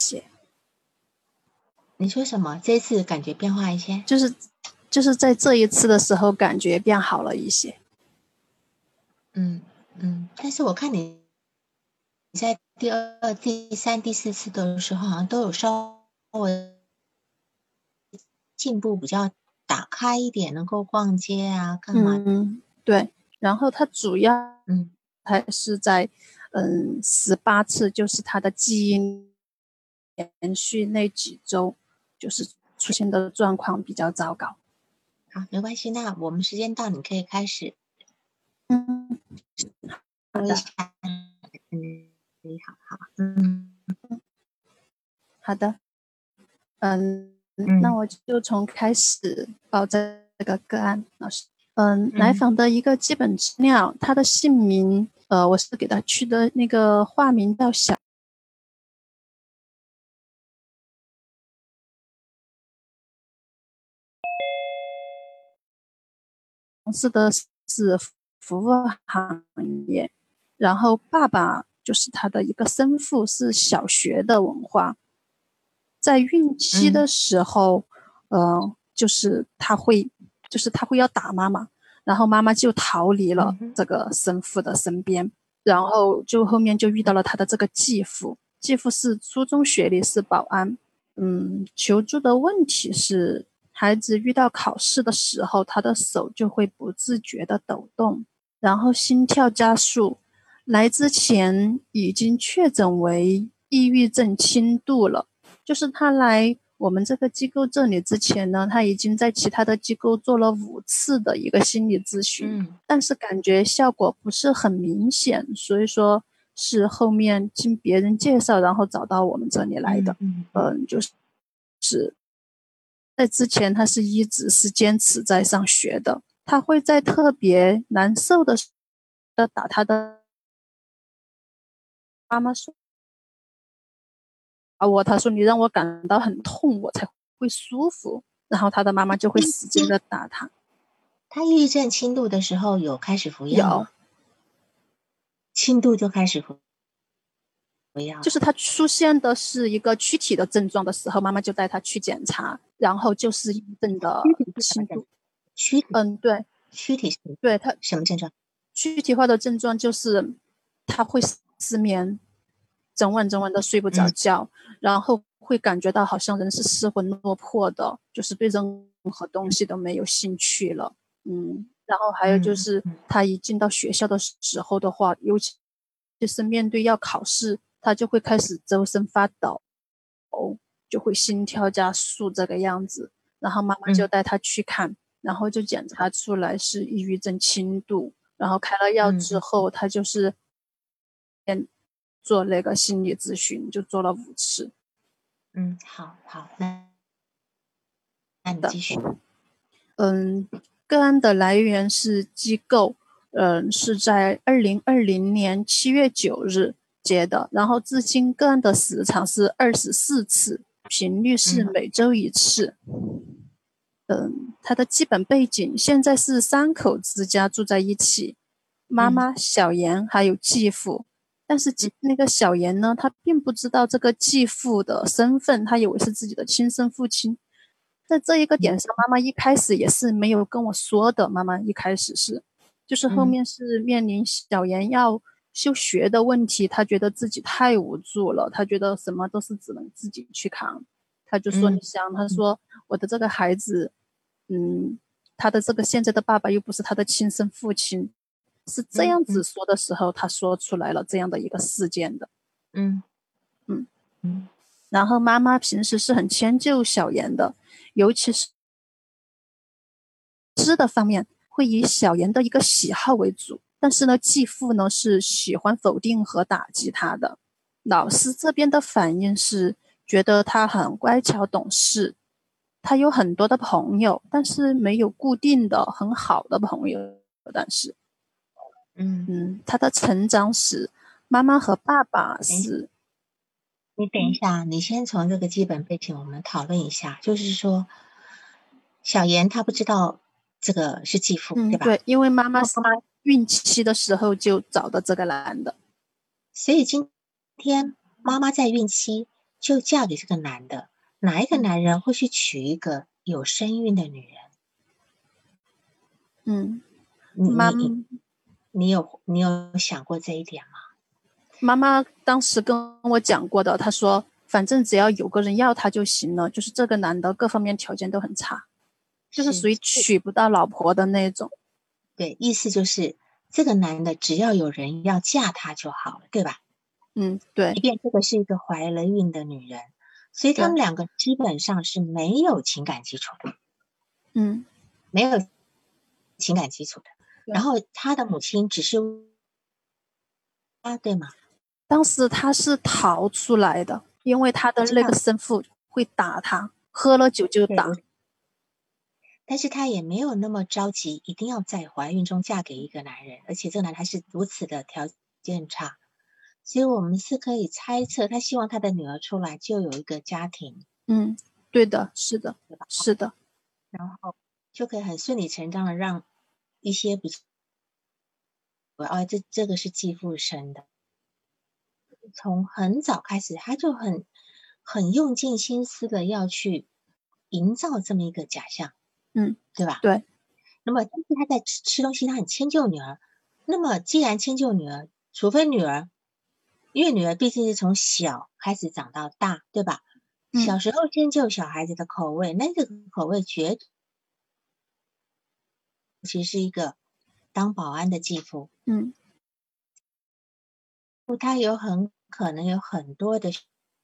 你说什么？这次感觉变化一些？ 就是在这一次的时候感觉变好了一些。 但是我看你在第二、第三、第四次的时候，好像都有稍微进步，比较打开一点，能够逛街啊，干嘛？ 对。然后它主要还是在18次，就是它的记忆连续那几周，就是出现的状况比较糟糕。 好，没关系，那我们时间到，你可以开始。 好的。好的。那我就从开始报这个个案。老师，来访的一个基本资料，他的姓名，我是给他取的那个化名叫小。从事的是服务行业，然后爸爸就是他的一个生父是小学的文化。在孕期的时候，就是他会要打妈妈，然后妈妈就逃离了这个生父的身边，然后就后面就遇到了他的这个继父，继父是初中学历，是保安。求助的问题是，孩子遇到考试的时候，他的手就会不自觉的抖动，然后心跳加速。来之前已经确诊为抑郁症轻度了，就是他来我们这个机构这里之前呢，他已经在其他的机构做了5次的一个心理咨询，但是感觉效果不是很明显，所以说是后面经别人介绍，然后找到我们这里来的。就是在之前他是一直是坚持在上学的，他会在特别难受的时候打他的妈妈说他说你让我感到很痛我才会舒服，然后他的妈妈就会使劲的打他。 他抑郁症轻度的时候有开始服药吗？轻度就开始服药， 就是他出现的是一个躯体的症状的时候，妈妈就带他去检查，然后就是抑郁症的轻度。对， 躯体对他什么症状？ 躯体化的症状就是他会失眠，整晚的睡不着觉，然后会感觉到好像人是失魂落魄的，就是对任何东西都没有兴趣了。然后还有就是他一进到学校的时候的话，尤其是面对要考试，他就会开始周身发抖，就会心跳加速这个样子。然后妈妈就带他去看，然后就检查出来是抑郁症轻度，然后开了药之后，他就是做那个心理咨询，就做了5次。 好，那你继续。 个案的来源是机构，是在2020年7月9日接的，然后至今个案的时长是24次，频率是每周1次。他的基本背景现在是3口之家住在一起，妈妈、小妍还有继父。但是那个小妍呢，他并不知道这个继父的身份，他以为是自己的亲生父亲。在这一个点上，妈妈一开始也是没有跟我说的。妈妈一开始就是后面是面临小妍要休学的问题，她觉得自己太无助了，她觉得什么都是只能自己去扛。她就说：“你想，她说我的这个孩子，他的这个现在的爸爸又不是他的亲生父亲。”是这样子说的时候，他说出来了这样的一个事件的。然后妈妈平时是很迁就小妍的，尤其是吃的方面会以小妍的一个喜好为主，但是呢，继父呢是喜欢否定和打击他的。老师这边的反应是觉得他很乖巧懂事，他有很多的朋友，但是没有固定的很好的朋友。但是他的成长史，妈妈和爸爸是。 你等一下，你先从这个基本背景我们讨论一下，就是说小妍她不知道这个是继父，对吧？ 对，因为妈妈孕期的时候就找的这个男的， 所以今天妈妈在孕期， 就嫁给这个男的，哪一个男人会去娶一个有身孕的女人？ 妈你有想过这一点吗？ 妈妈当时跟我讲过的，她说反正只要有个人要她就行了，就是这个男的各方面条件都很差，就是属于娶不到老婆的那种。 对，意思就是这个男的只要有人要嫁他就好了，对吧？ 对。 即便这个是一个怀了孕的女人，所以他们两个基本上是没有情感基础的。没有情感基础的。然后他的母亲只是对吗？ 当时他是逃出来的，因为他的那个生父会打他，喝了酒就打。 但是他也没有那么着急，一定要在怀孕中嫁给一个男人，而且这个男人还是如此的条件差，所以我们是可以猜测，他希望他的女儿出来就有一个家庭。 对的，是的，是的。 然后就可以很顺理成章的让一些比这个是继父生的，从很早开始他就很用尽心思的要去营造这么一个假象，对吧？ 对。 那么但是他在吃东西，他很迁就女儿。那么既然迁就女儿，除非女儿，因为女儿毕竟是从小开始长到大，对吧？小时候迁就小孩子的口味，那个口味其实是一个当保安的继父。他有很可能有很多的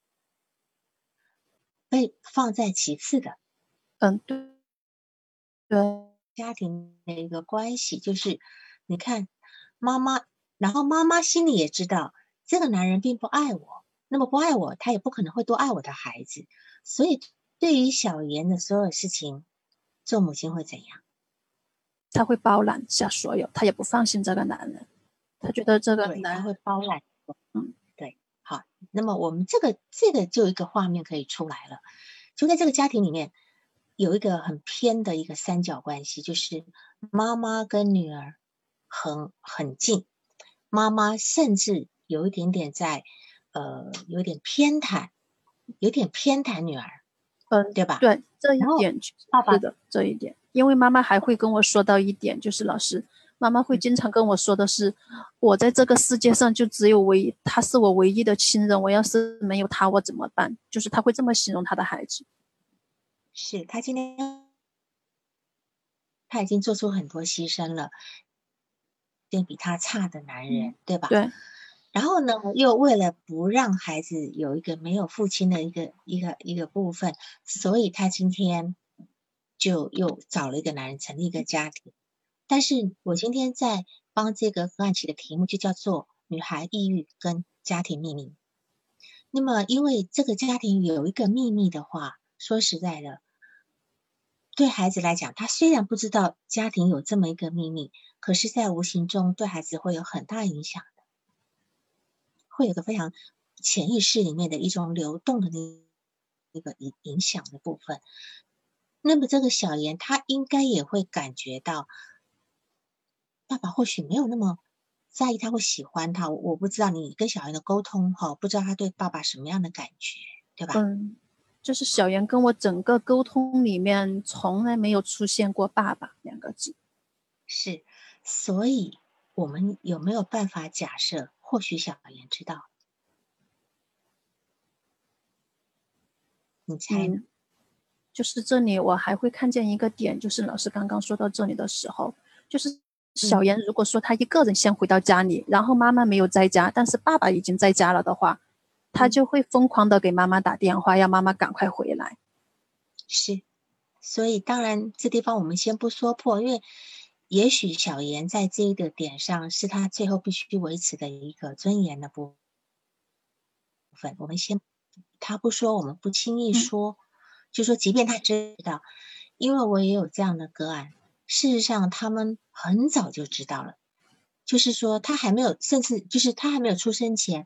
被放在其次的。 对。 家庭的一个关系，就是你看妈妈，然后妈妈心里也知道这个男人并不爱我，那么不爱我，他也不可能会多爱我的孩子，所以对于小妍的所有事情，做母亲会怎样？ 他会包揽下所有，他也不放心这个男人，他觉得这个对， 男人他会包揽。对，好，那么我们这个就有一个画面可以出来了，就在这个家庭里面有一个很偏的一个三角关系，就是妈妈跟女儿很近，妈妈甚至有一点点有点偏袒女儿，对吧？ 对，这一点爸爸是的，这一点，因为妈妈还会跟我说到一点，就是老师，妈妈会经常跟我说的是，我在这个世界上就只有他是我唯一的亲人，我要是没有他，我怎么办？就是他会这么形容他的孩子。 是他今天他已经做出很多牺牲了，对比他差的男人，对吧？ 对。 然后呢，又为了不让孩子有一个没有父亲的一个部分，所以他今天就又找了一个男人成立一个家庭。但是我今天在帮这个个案起的题目就叫做女孩抑郁跟家庭秘密。那么因为这个家庭有一个秘密的话，说实在的，对孩子来讲，他虽然不知道家庭有这么一个秘密，可是在无形中对孩子会有很大影响的，会有个非常潜意识里面的一种流动的那个影响的部分。那么这个小妍他应该也会感觉到爸爸或许没有那么在意他或喜欢他，我不知道你跟小妍的沟通不知道他对爸爸什么样的感觉，对吧？ 就是小妍跟我整个沟通里面从来没有出现过爸爸两个字。 是，所以我们有没有办法假设，或许小妍知道？你猜呢？ 就是这里我还会看见一个点，就是老师刚刚说到这里的时候，就是小妍如果说她一个人先回到家里，然后妈妈没有在家，但是爸爸已经在家了的话，她就会疯狂的给妈妈打电话，要妈妈赶快回来。 是，所以当然这地方我们先不说破，因为也许小妍在这一个点上是她最后必须维持的一个尊严的部分。我们先他不说，我们不轻易说，就说即便他知道，因为我也有这样的个案，事实上他们很早就知道了，就是说他还没有，甚至就是他还没有出生前，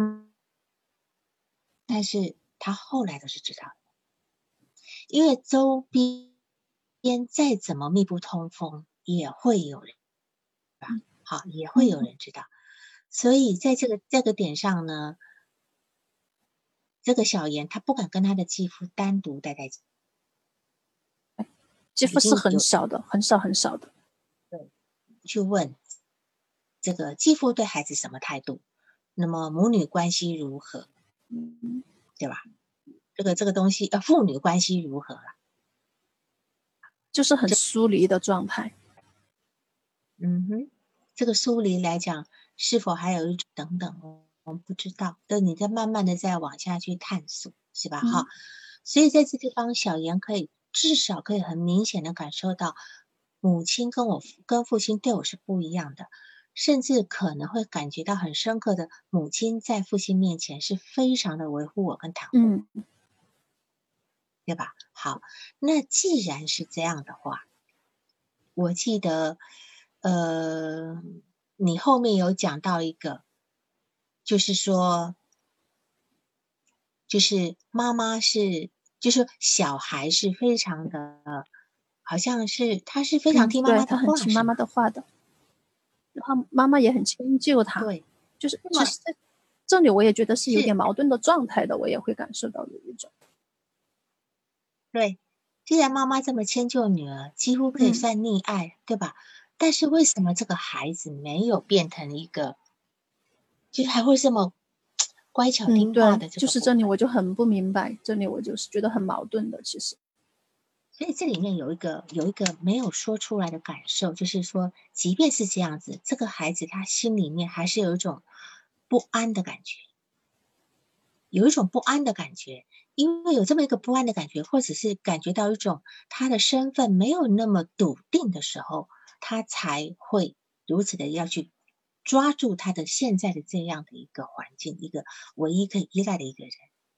但是他后来都是知道的，因为周边再怎么密不通风，也会有人，好，也会有人知道，所以在这个点上呢， 这个小妍她不敢跟她的继父单独待在一起， 继父是很少的，很少很少的。 对，去问这个继父对孩子什么态度，那么母女关系如何，对吧？这个东西，父女关系如何啦？ 就是很疏离的状态。 嗯哼，这个疏离来讲，是否还有一种等等，我们不知道，但你在慢慢的再往下去探索，是吧？哈，所以在这地方，小妍至少可以很明显的感受到，母亲跟父亲对我是不一样的，甚至可能会感觉到很深刻的，母亲在父亲面前是非常的维护我跟袒护我，对吧？好，那既然是这样的话，我记得，你后面有讲到一个，就是说，就是妈妈是，就是小孩是非常的，好像是他是非常听妈对， 妈的话， 他很听妈是吗？ 妈的话的，然后妈妈也很迁就他。 对， 就是那么其实在这里我也觉得是有是， 点矛盾的状态的，我也会感受到有一种。 对，既然妈妈这么迁就女儿，几乎可以算溺爱，对吧？但是为什么这个孩子没有变成一个，就是还会这么乖巧听话对， 的这就是这里个部分？ 我就很不明白，这里我就是觉得很矛盾的，其实。 所以这里面有一个没有说出来的感受，就是说，即便是这样子，这个孩子他心里面还是有一种不安的感觉，有一种不安的感觉，因为有这么一个不安的感觉，或者是感觉到一种他的身份没有那么笃定的时候，他才会如此的要去抓住他的现在的这样的一个环境，一个唯一可以依赖的一个人。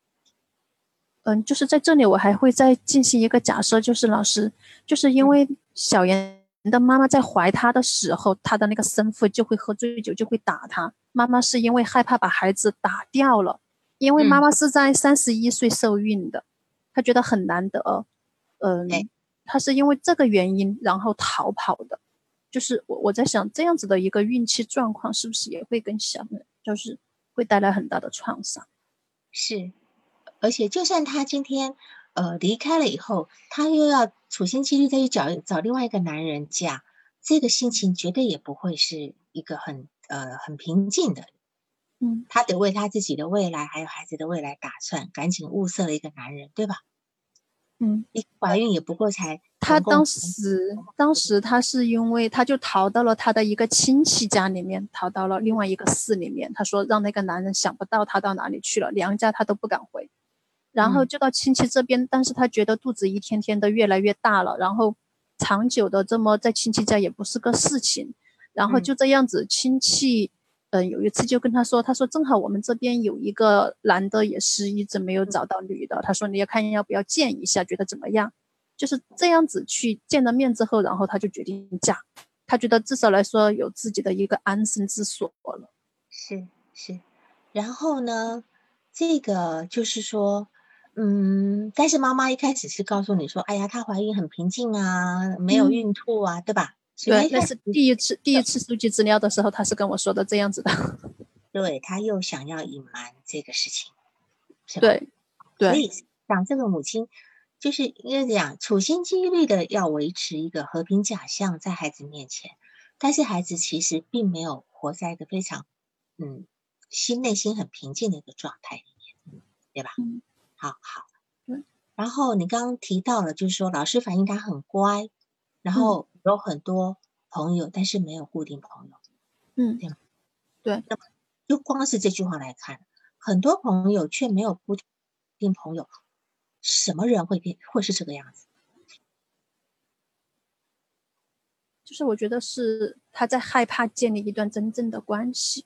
就是在这里我还会再进行一个假设，就是老师，就是因为小妍的妈妈在怀他的时候，他的那个生父就会喝醉酒，就会打他。妈妈是因为害怕把孩子打掉了，因为妈妈是在31岁受孕的，她觉得很难得， 对， 她是因为这个原因然后逃跑的。就是我在想，这样子的一个孕期状况，是不是也会跟小人就是会带来很大的创伤？ 是。而且就算他今天离开了以后，他又要处心积虑再去找另外一个男人嫁，这个心情绝对也不会是一个很平静的。他得为他自己的未来还有孩子的未来打算，赶紧物色了一个男人，对吧？一怀孕也不过才他总共当时他是因为他就逃到了他的一个亲戚家里面，逃到了另外一个市里面。他说让那个男人想不到他到哪里去了，娘家他都不敢回。然后就到亲戚这边，但是他觉得肚子一天天的越来越大了，然后长久的这么在亲戚家也不是个事情，然后就这样子，亲戚有一次就跟他说，他说正好我们这边有一个男的也是一直没有找到女的，他说你要看要不要见一下，觉得怎么样？就是这样子去见了面之后，然后他就决定嫁，他觉得至少来说有自己的一个安身之所了。 是，然后呢，这个就是说，但是妈妈一开始是告诉你说，哎呀，她怀孕很平静啊，没有孕吐啊，对吧？所以她对， 一开始那是第一次收集资料的时候，他是跟我说的这样子的。 对她又想要隐瞒这个事情，是吧？ 对对， 所以讲这个母亲，就是应该讲处心积虑的要维持一个和平假象在孩子面前，但是孩子其实并没有活在一个非常嗯内心很平静的一个状态里面，对吧？好。然后你刚刚提到了，就是说老师反映他很乖，然后有很多朋友，但是没有固定朋友，对吗？ 对， 就光是这句话来看，很多朋友却没有固定朋友，什么人会是这个样子？ 就是我觉得是他在害怕建立一段真正的关系。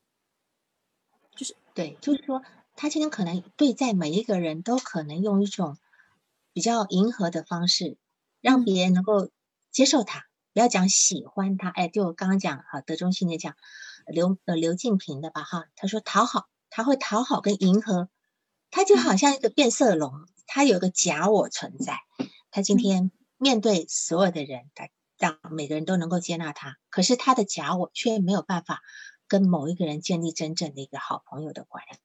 对，就是说他今天可能对在每一个人都可能用一种比较迎合的方式，让别人能够接受他，不要讲喜欢他。哎，就我刚刚讲哈，德中信也讲刘敬平的吧哈，他说讨好，他会讨好跟迎合，他就好像一个变色龙，他有个假我存在，他今天面对所有的人，他让每个人都能够接纳他，可是他的假我却没有办法跟某一个人建立真正的一个好朋友的关系。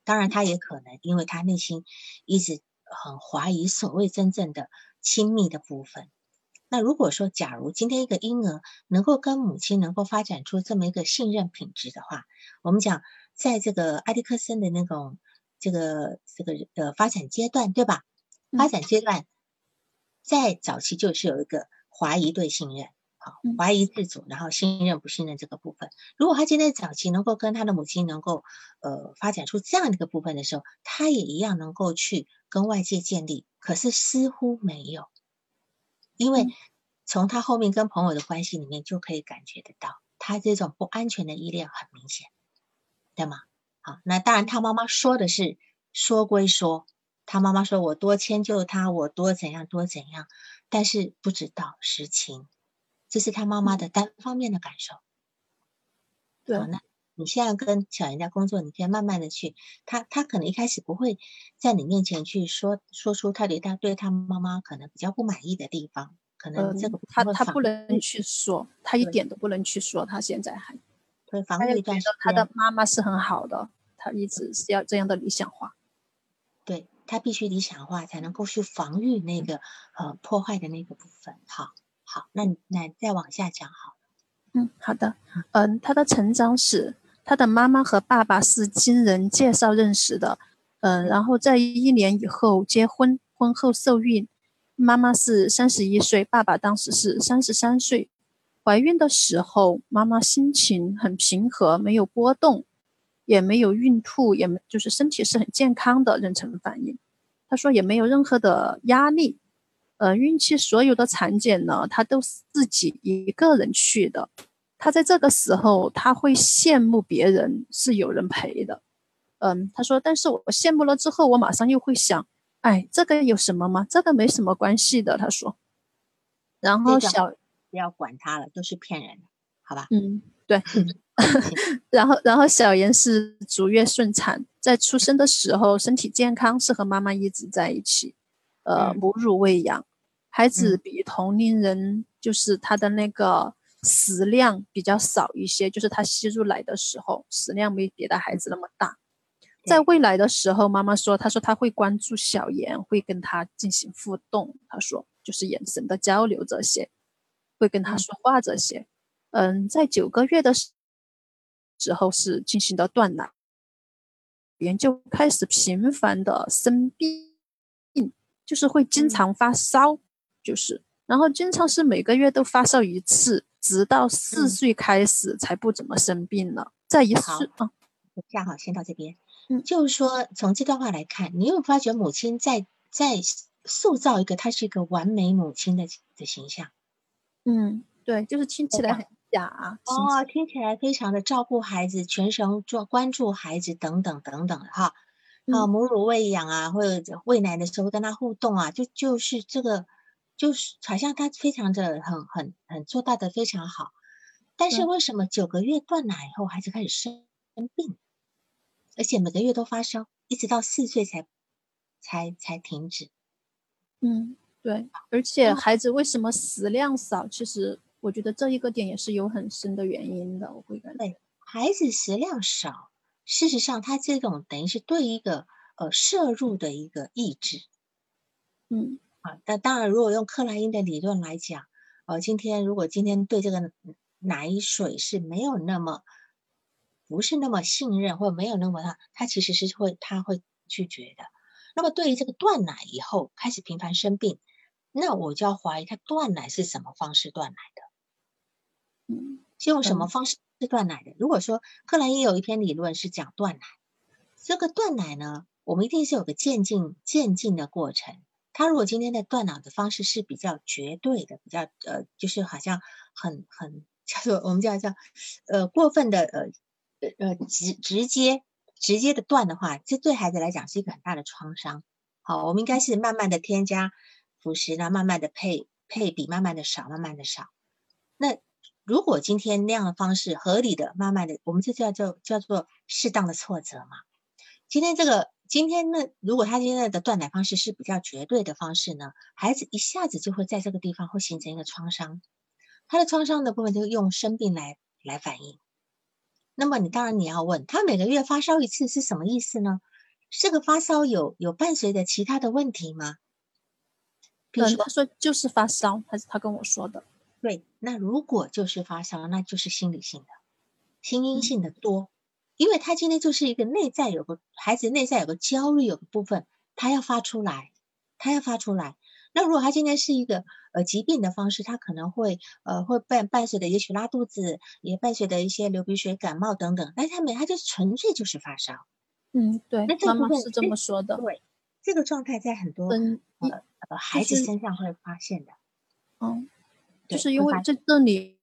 当然他也可能因为他内心一直很怀疑所谓真正的亲密的部分。那如果说假如今天一个婴儿能够跟母亲能够发展出这么一个信任品质的话，我们讲在这个埃迪克森的那种发展阶段，对吧？发展阶段在早期就是有一个怀疑对信任，好，怀疑自主，然后信任不信任这个部分。如果他今天早期能够跟他的母亲能够发展出这样的一个部分的时候，他也一样能够去跟外界建立，可是似乎没有。因为从他后面跟朋友的关系里面就可以感觉得到，他这种不安全的依恋很明显，对吗？好，那当然他妈妈说的是说归说，他妈妈说我多迁就他，我多怎样多怎样，但是不知道实情，这是他妈妈的单方面的感受。 对， 好，那你现在跟小人家工作，你可以慢慢的去，他可能一开始不会在你面前去说出他对他妈妈可能比较不满意的地方，可能这个部分会他不防能去说，他一对点都不能去说，他现在还， 会防他也觉御一段时得他的间， 妈妈是很好的，他一直是要这样的理想化。 对他必须理想化才能够去防御那个破坏的那个部分。好，那再往下讲好。 好的。他的成长史，他的妈妈和爸爸是经人介绍认识的。然后在1年以后结婚，婚后受孕，妈妈是31岁，爸爸当时是33岁。怀孕的时候，妈妈心情很平和，没有波动，也没有孕吐，就是身体是很健康的妊娠反应。她说也没有任何的压力。孕期所有的产检呢，她都是自己一个人去的。她在这个时候，她会羡慕别人是有人陪的。她说，但是我羡慕了之后，我马上又会想，哎，这个有什么吗？这个没什么关系的。她说，然后这段话不要管他了，都是骗人的，好吧？ 对。然后小妍是足月顺产，在出生的时候身体健康，是和妈妈一直在一起，母乳喂养。孩子比同龄人就是他的那个食量比较少一些，就是他吸入奶的时候食量没别的孩子那么大。在喂奶的时候，妈妈说，她说她会关注小妍，会跟他进行互动，她说就是眼神的交流这些，会跟他说话这些。在9个月的时候是进行的断奶，就开始频繁的生病，就是会经常发烧，然后经常是每个月都发烧一次，直到4岁开始才不怎么生病了。在1岁下好，先到这边。就是说，从这段话来看，你有发觉母亲在塑造一个她是一个完美母亲的形象？ 对，就是听起来很假， 听起来非常的照顾孩子，全神关注孩子等等等等哈。母乳喂养啊，或者喂奶的时候跟他互动啊，就是这个，就是好像他非常的很做到的非常好。但是为什么9个月断奶以后孩子开始生病，而且每个月都发烧，一直到4岁才停止？ 对，而且孩子为什么食量少，其实我觉得这一个点也是有很深的原因的，我会感觉。 对，孩子食量少，事实上他这种等于是对一个摄入的一个抑制。但当然，如果用克莱因的理论来讲，如果今天对这个奶水是没有那么不是那么信任，或者没有那么他其实是他会拒绝的。那么对于这个断奶以后开始频繁生病，那我就要怀疑他断奶是什么方式断奶的，是用什么方式断奶的？如果说克莱因有一篇理论是讲断奶，这个断奶呢，我们一定是有个渐进的过程。他如果今天的断奶的方式是比较绝对的，比较就是好像很叫做我们叫过分的直接的断的话，这对孩子来讲是一个很大的创伤。好，我们应该是慢慢的添加辅食呢，慢慢的配比，慢慢的少，慢慢的少。那如果今天那样的方式合理的，慢慢的，我们这叫做适当的挫折嘛。今天呢，如果他现在的断奶方式是比较绝对的方式呢，孩子一下子就会在这个地方会形成一个创伤，他的创伤的部分就用生病来反映。那么当然你要问他每个月发烧一次是什么意思呢？ 这个发烧有伴随的其他的问题吗？比如说， 他说就是发烧，他跟我说的。 对，那如果就是发烧，那就是心理性的，心因性的多，因为他今天就是一个孩子内在有个焦虑，有个部分他要发出来，他要发出来。那如果他今天是一个疾病的方式，他可能会会伴随的也许拉肚子，也伴随的一些流鼻水、感冒等等，但是他就是纯粹就是发烧。 对， 那这个部分， 妈妈是这么说的。 对，这个状态在很多孩子就是身上会发现的， 就对，会发是因为在这里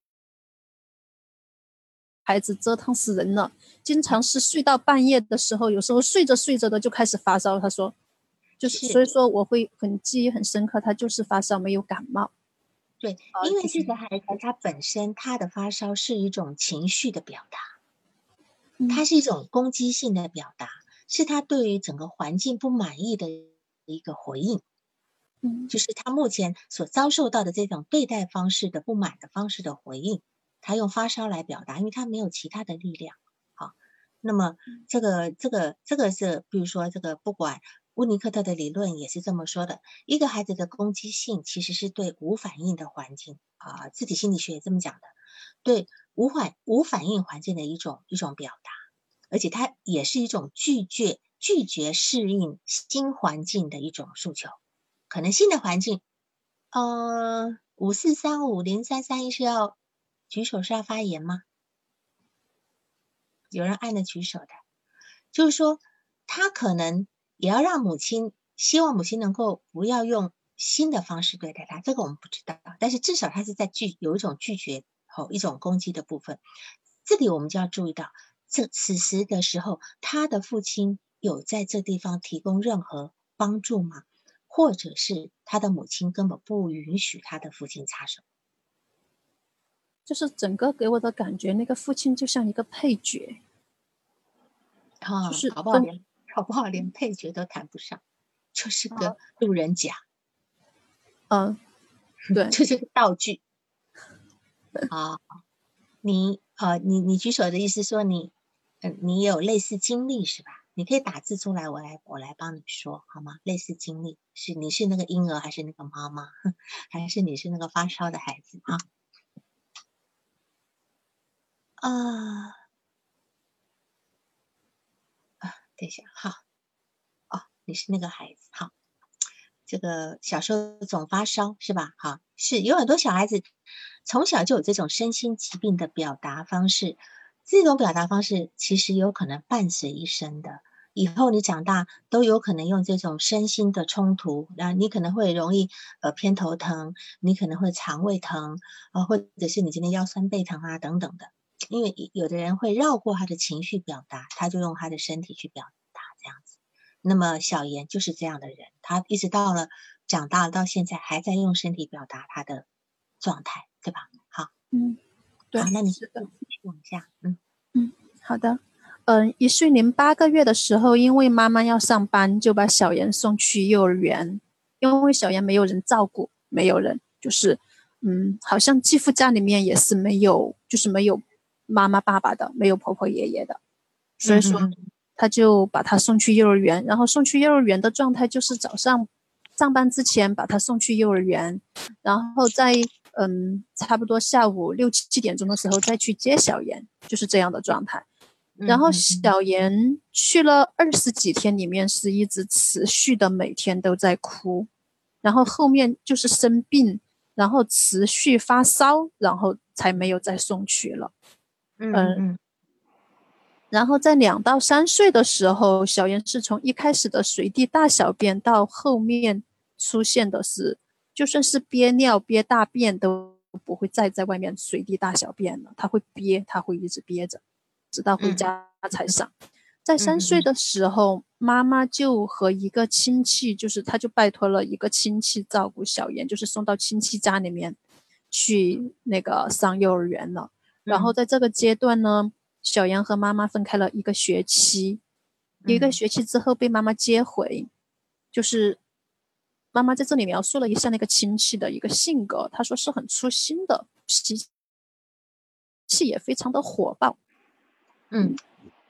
孩子折腾死人了，经常是睡到半夜的时候，有时候睡着睡着的就开始发烧。他说，就是所以说我会记忆很深刻，他就是发烧没有感冒。 对，因为这个孩子他本身他的发烧是一种情绪的表达，它是一种攻击性的表达，是他对于整个环境不满意的一个回应。就是他目前所遭受到的这种对待方式的不满的方式的回应，他用发烧来表达，因为他没有其他的力量。好，那么这个是，比如说这个不管温尼科特的理论也是这么说的，一个孩子的攻击性其实是对无反应的环境自体心理学也这么讲的，对无反应环境的一种表达，而且它也是一种拒绝适应新环境的一种诉求。可能新的环境54350331是要举手是要发言吗？有人按了举手的，就是说他可能也要让希望母亲能够不要用新的方式对待他，这个我们不知道，但是至少他是在有一种拒绝一种攻击的部分。这里我们就要注意到，此时的时候，他的父亲有在这地方提供任何帮助吗？或者是他的母亲根本不允许他的父亲插手？ 就是整个给我的感觉，那个父亲就像一个配角，就是搞不好连配角都谈不上，就是个路人甲， 对， 就是个道具啊。你举手的意思说你也有类似经历是吧？你可以打字出来，我来帮你说好吗？类似经历是你是那个婴儿还是那个妈妈，还是你是那个发烧的孩子等一下，好你是那个孩子，好，这个小时候总发烧是吧？好，是有很多小孩子从小就有这种身心疾病的表达方式，这种表达方式其实有可能伴随一生的。以后你长大都有可能用这种身心的冲突，你可能会容易偏头疼，你可能会肠胃疼或者是你今天腰酸背疼等等的。因为有的人会绕过他的情绪表达，他就用他的身体去表达这样子。那么小妍就是这样的人，他一直到了长大到现在还在用身体表达他的状态，对吧？好， 对， 好，那你是的， 继续往下， 好的。1岁零8个月的时候，因为妈妈要上班，就把小妍送去幼儿园。因为小妍没有人照顾，没有人，就是好像继父家里面也是没有，就是没有妈妈爸爸的，没有婆婆爷爷的，所以说他就把他送去幼儿园。然后送去幼儿园的状态就是早上上班之前把他送去幼儿园，然后在差不多下午6、7点钟的时候再去接小妍，就是这样的状态。然后小妍去了20几天，里面是一直持续的每天都在哭，然后后面就是生病，然后持续发烧，然后才没有再送去了。然后在2到3岁的时候，小妍是从一开始的随地大小便到后面出现的是，就算是憋尿憋大便都不会再在外面随地大小便了，他会憋，他会一直憋着，直到回家才上。在3岁的时候，妈妈就和一个亲戚，就是他就拜托了一个亲戚照顾小妍，就是送到亲戚家里面去那个上幼儿园了。然后在这个阶段呢，小妍和妈妈分开了1个学期，1个学期之后被妈妈接回，就是妈妈在这里描述了一下那个亲戚的一个性格，她说是很粗心的，脾气也非常的火爆。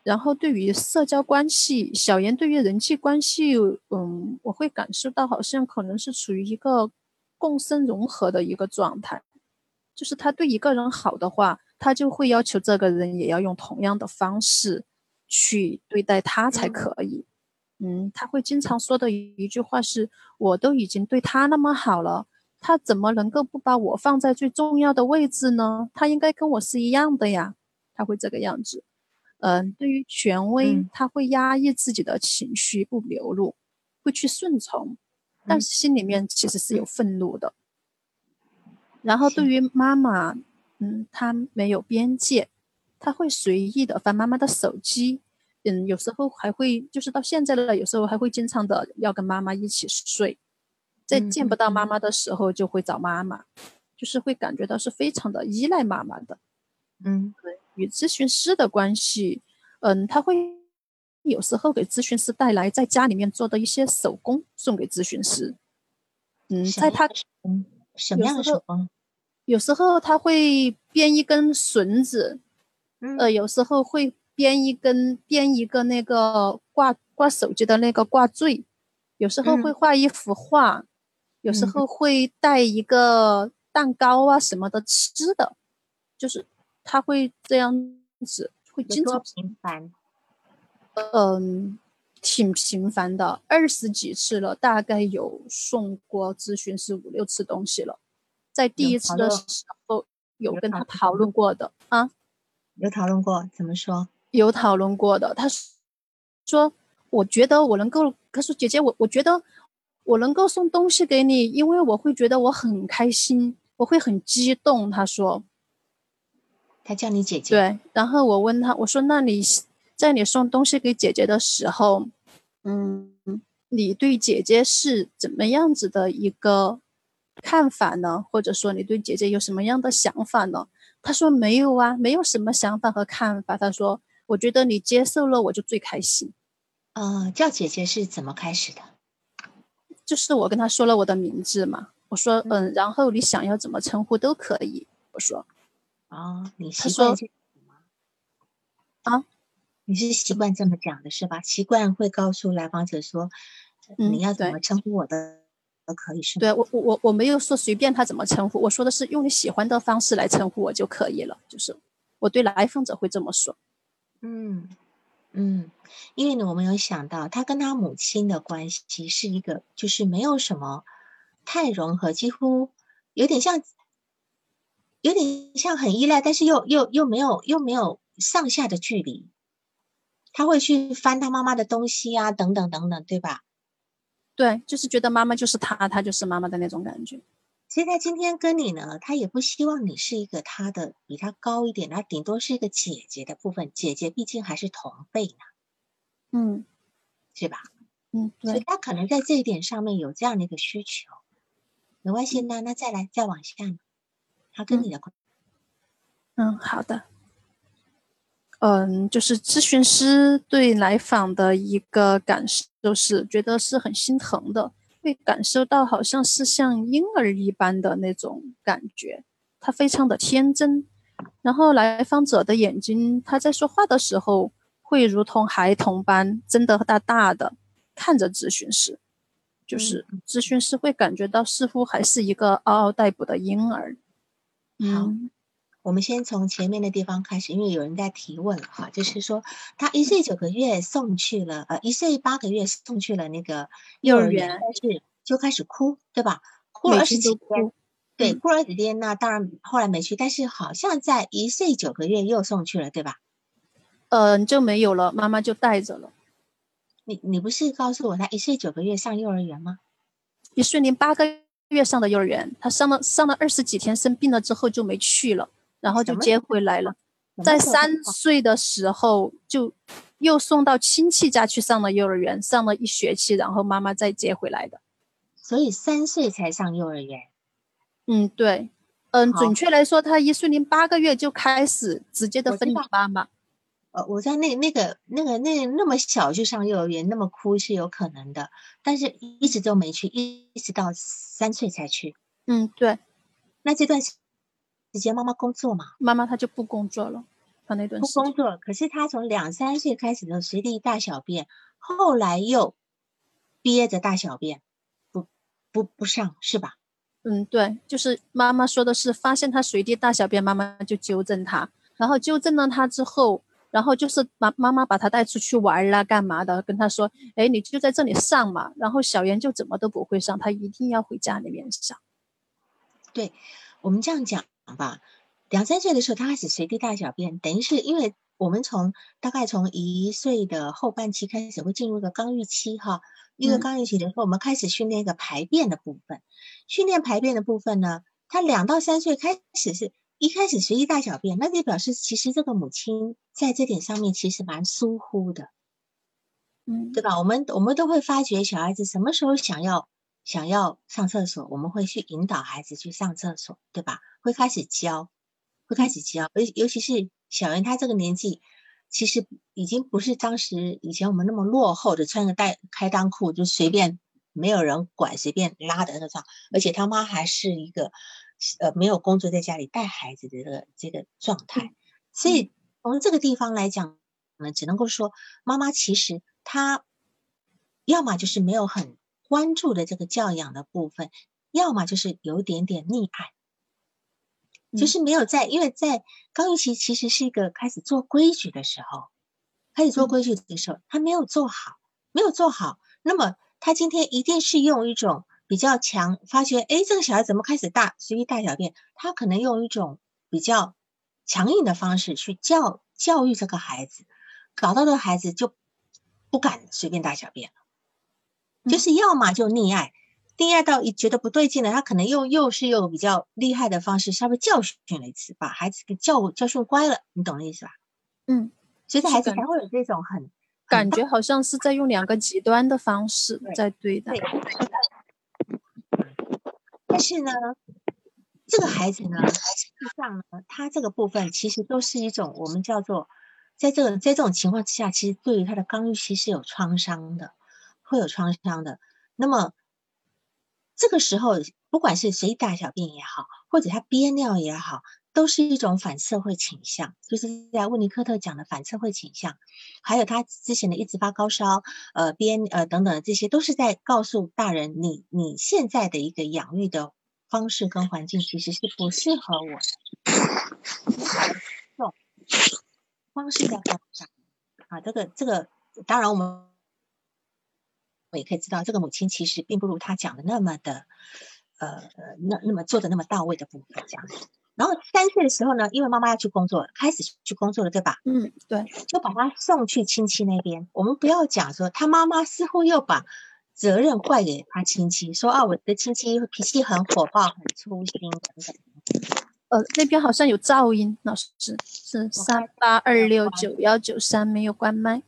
然后对于社交关系，小妍对于人际关系，我会感受到好像可能是处于一个共生融合的一个状态，就是他对一个人好的话，他就会要求这个人也要用同样的方式去对待他才可以。他会经常说的一句话是：我都已经对他那么好了，他怎么能够不把我放在最重要的位置呢？他应该跟我是一样的呀。他会这个样子。对于权威，他会压抑自己的情绪不流露，会去顺从，但是心里面其实是有愤怒的。然后对于妈妈，他没有边界，他会随意的翻妈妈的手机，有时候还会就是到现在了，有时候还会经常的要跟妈妈一起睡，在见不到妈妈的时候就会找妈妈，就是会感觉到是非常的依赖妈妈的。对，与咨询师的关系，他会有时候给咨询师带来在家里面做的一些手工送给咨询师。在他什么样的手工？ 有时候他会编一根绳子，有时候会编一个那个挂手机的那个挂坠，有时候会画一幅画，有时候会带一个蛋糕啊什么的吃的，就是他会这样子，会经常频繁。 挺频繁的，20几次了，大概有送过咨询师5、6次东西了。在第一次的时候有跟他讨论过的啊， 有讨论过，怎么说？ 有讨论过的。他说，我觉得我能够，他说姐姐，我觉得我能够送东西给你，因为我会觉得我很开心，我会很激动。他说， 他叫你姐姐。 对，然后我问他，我说那你在你送东西给姐姐的时候，你对姐姐是怎么样子的一个看法呢？或者说你对姐姐有什么样的想法呢？他说没有啊，没有什么想法和看法。他说我觉得你接受了我就最开心。 叫姐姐是怎么开始的？ 就是我跟他说了我的名字嘛，我说然后你想要怎么称呼都可以。我说你习惯这吗？ 啊， 你是习惯这么讲的是吧？习惯会告诉来访者说，你要怎么称呼我的都可以是吗？ 对，我没有说随便他怎么称呼，我说的是用你喜欢的方式来称呼我就可以了，就是我对来访者会这么说。 因为呢，我们有想到他跟他母亲的关系是一个，就是没有什么太融合，几乎有点像很依赖，但是又没有上下的距离。他会去翻他妈妈的东西啊，等等等等，对吧？ 对，就是觉得妈妈就是他，他就是妈妈的那种感觉。 其实他今天跟你呢，他也不希望你是一个他的比他高一点，他顶多是一个姐姐的部分。姐姐毕竟还是同辈呢，是吧？ 对。 所以他可能在这一点上面有这样的一个需求。没关系，那再往下呢？他跟你的好的。就是咨询师对来访的一个感受是觉得是很心疼的，会感受到好像是像婴儿一般的那种感觉，他非常的天真。然后来访者的眼睛，他在说话的时候会如同孩童般睁得大大的看着咨询师，就是咨询师会感觉到似乎还是一个嗷嗷待哺的婴儿。 好，我们先从前面的地方开始，因为有人在提问了哈，就是说他1岁9个月送去了1岁8个月送去了那个幼儿园，但是就开始哭，对吧？哭了20几天，对，哭了20几天，那当然后来没去，但是好像在1岁9个月又送去了，对吧？ 就没有了，妈妈就带着了。 你不是告诉我他1岁9个月上幼儿园吗 ？1岁08个月上的幼儿园，他上了20几天，生病了之后就没去了，然后就接回来了。在3岁的时候就又送到亲戚家去上了幼儿园，上了1学期，然后妈妈再接回来的。 所以3岁才上幼儿园。 对，准确来说，他1岁08个月就开始直接的分离妈妈。 我在那么小就上幼儿园，那么哭是有可能的，但是一直都没去，一直到3岁才去。 对。 那这段时间妈妈工作吗？ 妈妈她就不工作了。 他那段不时间。 工作，可是他从2、3岁开始的随地大小便，后来又憋着大小便，不上，是吧？ 对，就是妈妈说的是发现他随地大小便，妈妈就纠正他，然后纠正了他之后，然后就是妈妈把他带出去玩啦，干嘛的，跟他说，哎，你就在这里上嘛，然后小妍就怎么都不会上，他一定要回家里面上。 对，我们这样讲吧，2、3岁的时候他开始随地大小便，等于是因为我们大概从1岁的后半期开始会进入一个刚预期哈，一个刚预期的时候，我们开始训练一个排便的部分。训练排便的部分呢，他2到3岁开始是一开始随地大小便，那就表示其实这个母亲在这点上面其实蛮疏忽的，对吧？我们都会发觉小孩子什么时候想要上厕所，我们会去引导孩子去上厕所，对吧？会开始教，尤其是小妍她这个年纪，其实已经不是当时以前我们那么落后的穿个开裆裤就随便没有人管随便拉的那种，而且他妈还是一个没有工作在家里带孩子的这个状态，所以从这个地方来讲呢，只能够说妈妈其实她要么就是没有很关注的这个教养的部分，要么就是有一点点溺爱。就是没有因为在刚预期其实是一个开始做规矩的时候，他没有做好，那么他今天一定是用一种比较强，发觉这个小孩怎么开始随意大小便，他可能用一种比较强硬的方式去教育这个孩子，搞到这个孩子就不敢随便大小便了，就是要么就溺爱。到觉得不对劲了，他可能又是用比较厉害的方式稍微教训了一次，把孩子给教训乖了，你懂那意思吧？所以这孩子才会有这种感觉好像是在用2个极端的方式在对待。 但是呢，这个孩子呢，实际上呢，他这个部分其实都是一种我们叫做，在这种情况之下，其实对于他的刚预期是有创伤的，会有创伤的。那么这个时候，不管是随地大小便也好，或者他憋尿也好，都是一种反社会倾向，就是在温尼科特讲的反社会倾向，还有他之前的一直发高烧，等等，这些都是在告诉大人，你现在的一个养育的方式跟环境其实是不适合我的，这种方式在告诉啊，这个，当然我们也可以知道，这个母亲其实并不如他讲的那么的，那么做的那么到位的部分这样子。然后3岁的时候呢，因为妈妈要去工作了，开始去工作了，对吧？ 对， 就把他送去亲戚那边。我们不要讲说他妈妈似乎又把责任怪给他亲戚，说我的亲戚脾气很火爆、很粗心等等。 那边好像有噪音，老师是38269193没有关麦。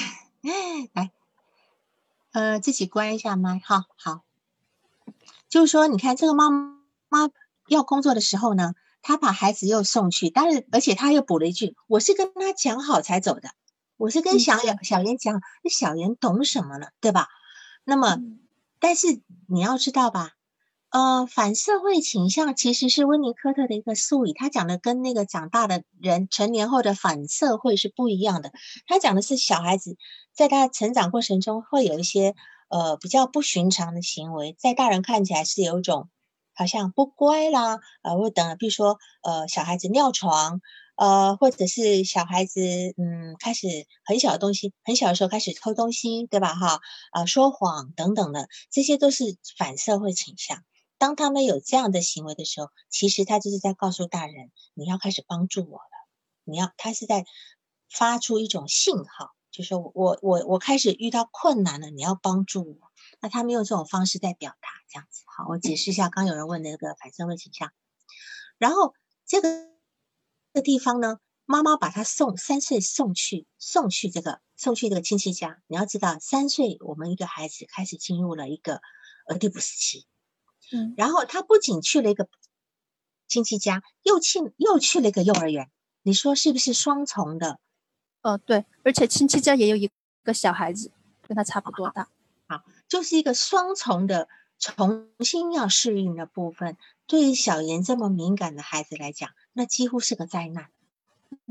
来，自己关一下麦，好。就是说，你看这个妈妈要工作的时候呢，她把孩子又送去，但是而且她又补了一句：“我是跟他讲好才走的，我是跟小妍讲，那小妍懂什么了，对吧？”那么，但是你要知道吧，反社会倾向其实是温尼科特的一个术语，他讲的跟那个长大的人成年后的反社会是不一样的。他讲的是小孩子在他成长过程中会有一些比较不寻常的行为，在大人看起来是有一种好像不乖啦，或等，比如说小孩子尿床，或者是小孩子开始很小的东西，很小的时候开始偷东西，对吧？说谎等等的，这些都是反社会倾向。当他们有这样的行为的时候，其实他就是在告诉大人，你要开始帮助我了。他是在发出一种信号，就是说我开始遇到困难了，你要帮助我。那他们用这种方式在表达，这样子。好，我解释一下，刚有人问那个反社会倾向。然后这个地方呢，妈妈把他3岁送去这个亲戚家。你要知道，3岁我们一个孩子开始进入了一个第不时期。然后他不仅去了一个亲戚家，又去了一个幼儿园，你说是不是双重的？ 对，而且亲戚家也有一个小孩子，跟他差不多大。 好，就是一个双重的重新要适应的部分。对于小妍这么敏感的孩子来讲，那几乎是个灾难。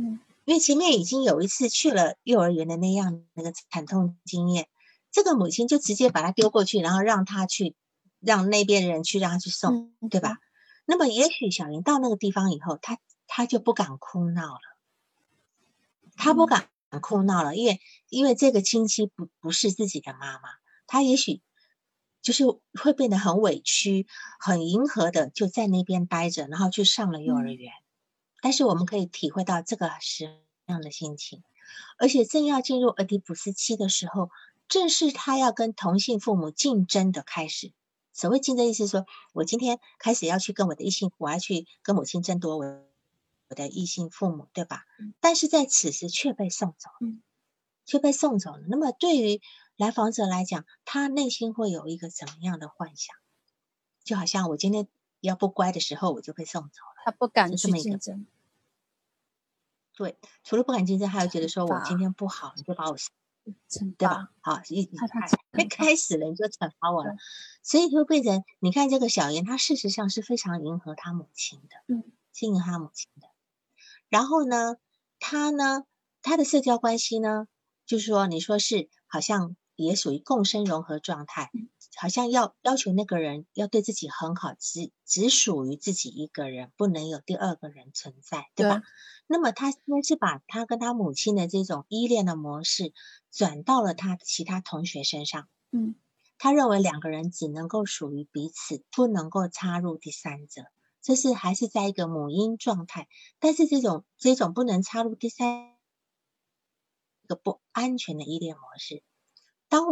因为前面已经有一次去了幼儿园的那个惨痛经验，这个母亲就直接把他丢过去，然后让那边的人去让他去送，对吧？那么也许小云到那个地方以后，他就不敢哭闹了，他不敢哭闹了，因为这个亲戚不是自己的妈妈，他也许就是会变得很委屈，很迎合的就在那边待着，然后去上了幼儿园。但是我们可以体会到这个是这样的心情，而且正要进入俄狄浦斯期的时候，正是他要跟同性父母竞争的开始。所谓竞争，意思是说我今天开始要去跟我要去跟母亲争夺我的异性父母，对吧？但是在此时却被送走了，却被送走了。那么对于来访者来讲，他内心会有一个怎么样的幻想？就好像我今天要不乖的时候，我就被送走了。 他不敢去竞争。 对，除了不敢竞争，还有觉得说我今天不好，你就把我对吧？好，一开始了你就惩罚我了，所以就变成你看这个小妍，她事实上是非常迎合她母亲的，是迎合她母亲的。然后呢，她的社交关系呢，就是说你说是好像也属于共生融合状态，好像要求那个人要对自己很好，只属于自己一个人，不能有第二个人存在，对吧？那么他应该是把他跟他母亲的这种依恋的模式转到了他其他同学身上。他认为两个人只能够属于彼此，不能够插入第三者，这是还是在一个母婴状态。但是这种不能插入第三一个不安全的依恋模式，当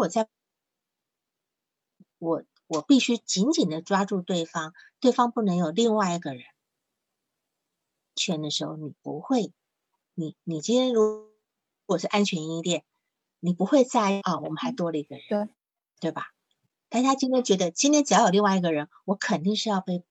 我必须紧紧的抓住对方，对方不能有另外一个人权的时候，你不会，你今天如果是安全依恋，你不会在意我们还多了一个人，对吧？但他今天觉得，今天只要有另外一个人，我肯定是要被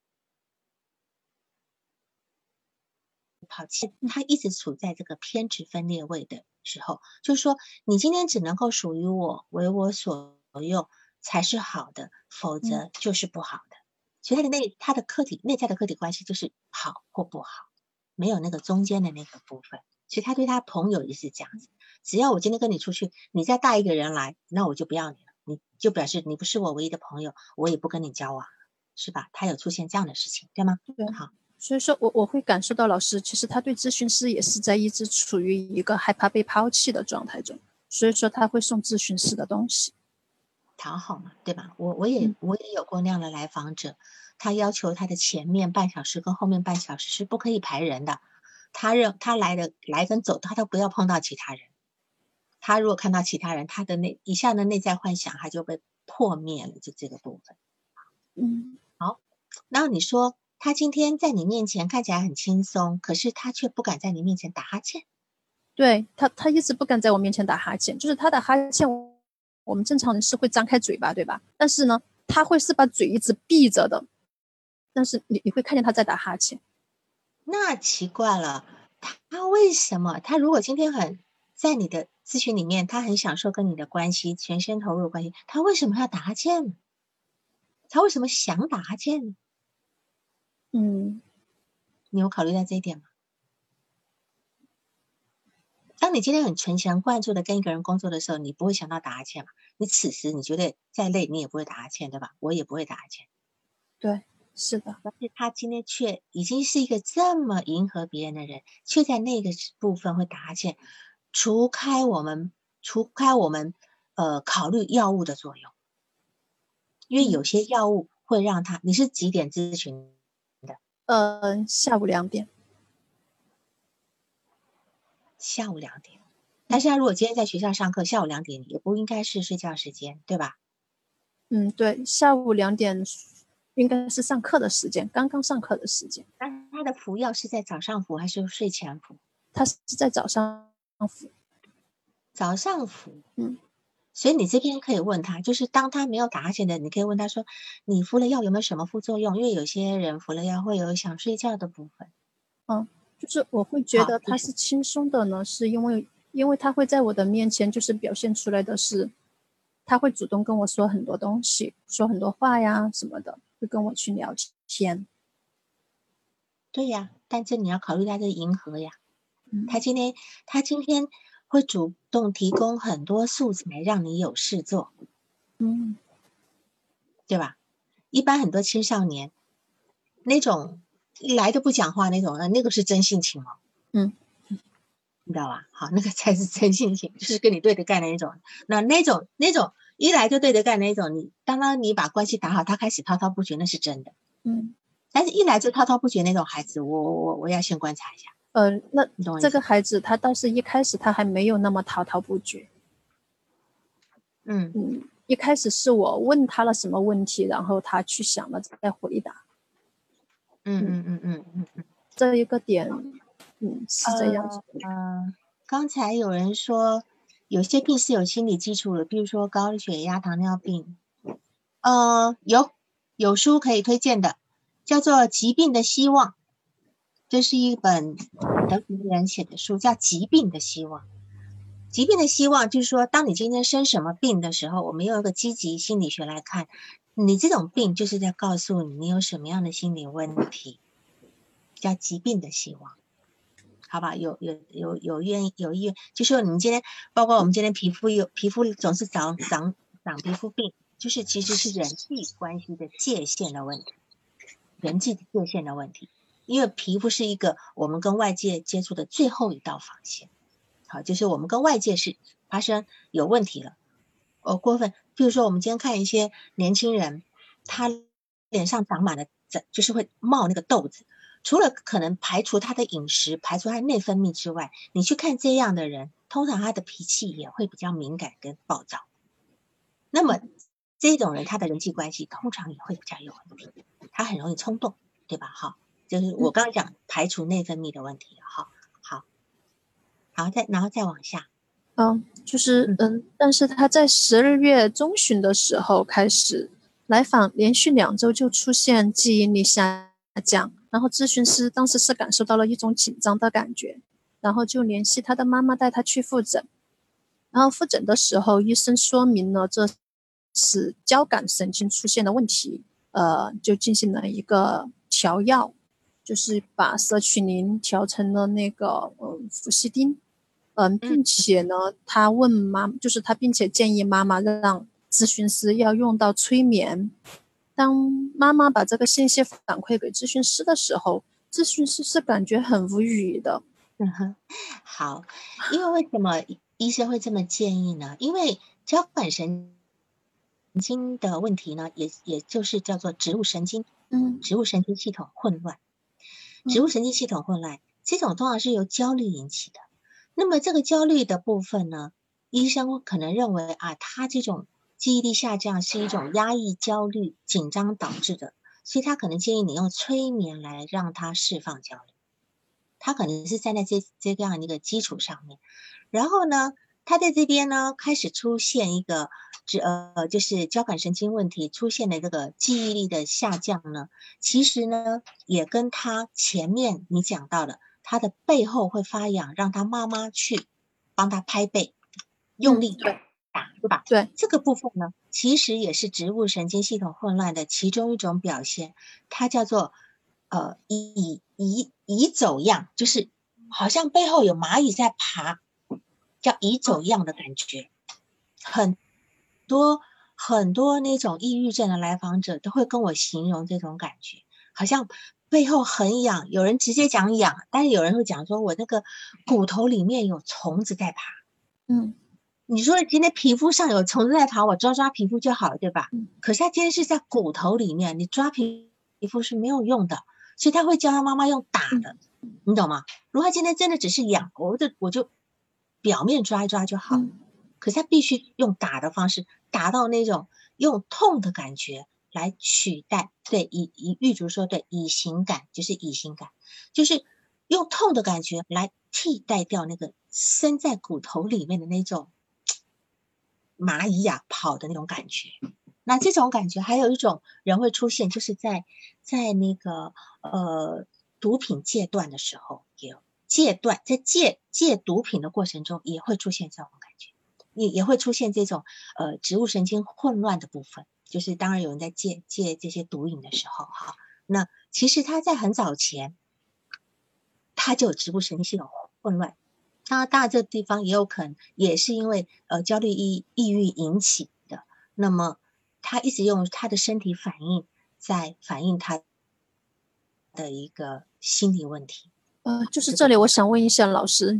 抛弃。他一直处在这个偏执分裂位的时候，就是说，你今天只能够属于我，为我所用才是好的，否则就是不好的。所以他的内在的客体关系就是好或不好，没有那个中间的那个部分。所以他对他朋友也是这样子，只要我今天跟你出去，你再带一个人来，那我就不要你了，你就表示你不是我唯一的朋友，我也不跟你交往了，是吧？他有出现这样的事情，对吗？ 对。 好， 所以说我会感受到老师其实他对咨询师也是在一直处于一个害怕被抛弃的状态中，所以说他会送咨询师的东西讨好嘛，对吧？我也有过那样的来访者，他要求他的前面半小时跟后面半小时是不可以排人的，他来跟走，他都不要碰到其他人。他如果看到其他人，他的以下的内在幻想他就被破灭了，就这个部分。好，那你说他今天在你面前看起来很轻松，可是他却不敢在你面前打哈欠。 对，他一直不敢在我面前打哈欠，就是他的哈欠，我们正常人是会张开嘴巴，对吧？但是呢，他会是把嘴一直闭着的，但是你会看见他在打哈欠。 那奇怪了，他为什么？他如果今天在你的咨询里面，他很享受跟你的关系，全身投入关系，他为什么要打哈欠呢？他为什么想打哈欠呢？你有考虑到这一点吗？当你今天很全神贯注的跟一个人工作的时候，你不会想到打哈欠嘛？你此时你觉得再累，你也不会打哈欠，对吧？我也不会打哈欠。 对，是的。 但是他今天却已经是一个这么迎合别人的人，却在那个部分会打哈欠，除开我们考虑药物的作用，因为有些药物会让他，你是几点咨询的？ 下午2点。 下午2点。但是他如果今天在学校上课，下午2点也不应该是睡觉时间，对吧？ 对，下午2点应该是上课的时间，刚刚上课的时间。 那他的服药是在早上服还是睡前服？ 他是在早上服。 早上服。所以你这边可以问他，就是当他没有打哈欠的，你可以问他说，你服了药有没有什么副作用？因为有些人服了药会有想睡觉的部分。 就是我会觉得他是轻松的呢，是因为他会在我的面前就是表现出来的是，他会主动跟我说很多东西，说很多话呀什么的，会跟我去聊天。 对呀，但这你要考虑他的迎合呀。 他今天会主动提供很多素材让你有事做，对吧？一般很多青少年那种一来都不讲话那种，那个是真性情哦。你知道吧？好，那个才是真性情，就是跟你对着干的那种。那种一来就对着干的那种，当你把关系打好，他开始滔滔不绝，那是真的。但是一来就滔滔不绝那种孩子，我要先观察一下。 那这个孩子他倒是一开始他还没有那么滔滔不绝。一开始是我问他了什么问题，然后他去想了再回答。这一个点，是这样子的。 刚才有人说有些病是有心理基础的，比如说高血压、糖尿病。有书可以推荐的，叫做《疾病的希望》，这是一本德国人写的书，叫《疾病的希望》。疾病的希望就是说，当你今天生什么病的时候，我们用一个积极心理学来看，你这种病就是在告诉你有什么样的心理问题，叫疾病的希望。好吧，有意愿，就说你们今天，包括我们今天皮肤总是长皮肤病，就是其实是人际关系的界限的问题，因为皮肤是一个我们跟外界接触的最后一道防线。好，就是我们跟外界是发生有问题了，过分，比如说我们今天看一些年轻人，他脸上长满了就是会冒那个痘子。除了可能排除他的饮食、排除他的内分泌之外，你去看这样的人，通常他的脾气也会比较敏感跟暴躁。那么这種人他的人际关系通常也会比较有问题，他很容易冲动，对吧？好，就是我刚刚讲排除内分泌的问题。好，然后再往下。 但是他在12月中旬的时候开始来访，连续2周就出现记忆力下降，然后咨询师当时是感受到了一种紧张的感觉，然后就联系他的妈妈带他去复诊。然后复诊的时候，医生说明了这是交感神经出现的问题，就进行了一个调药，就是把舍曲宁调成了那个氟西汀。并且呢，他并且建议妈妈让咨询师要用到催眠。当妈妈把这个信息反馈给咨询师的时候，咨询师是感觉很无语的。 好，因为为什么医生会这么建议呢？因为交感神经的问题呢，也就是叫做植物神经系统混乱。植物神经系统混乱，这种通常是由焦虑引起的。那么这个焦虑的部分呢，医生可能认为他这种记忆力下降是一种压抑、焦虑、紧张导致的，所以他可能建议你用催眠来让他释放焦虑。他可能是站在这样的一个基础上面，然后呢，他在这边呢开始出现一个就是交感神经问题出现的这个记忆力的下降呢，其实呢也跟他前面你讲到的，他的背后会发痒，让他妈妈去帮他拍背，用力打，对吧？ 对， 这个部分呢，其实也是植物神经系统混乱的其中一种表现，它叫做蚁走样，就是好像背后有蚂蚁在爬，叫蚁走样的感觉。很多那种抑郁症的来访者都会跟我形容这种感觉，好像背后很痒，有人直接讲痒，但是有人会讲说我那个骨头里面有虫子在爬。你说今天皮肤上有虫子在爬，我抓皮肤就好了，对吧？可是他今天是在骨头里面，你抓皮肤是没有用的，所以他会教他妈妈用打的，你懂吗？如果他今天真的只是痒，我就表面抓一抓就好了。可是他必须用打的方式，打到那种用痛的感觉来取代，对，狱卒说对，乙型感，就是用痛的感觉来替代掉那个生在骨头里面的那种蚂蚁跑的那种感觉。那这种感觉还有一种人会出现，就是在那个毒品戒断的时候，在戒毒品的过程中也会出现这种感觉，也会出现这种植物神经混乱的部分，就是当然有人在戒这些毒瘾的时候那其实他在很早前他就有植物神经系统混乱。当然这个地方也有可能也是因为焦虑抑郁引起的，那么他一直用他的身体反应在反映他的一个心理问题。 就是这里我想问一下老师，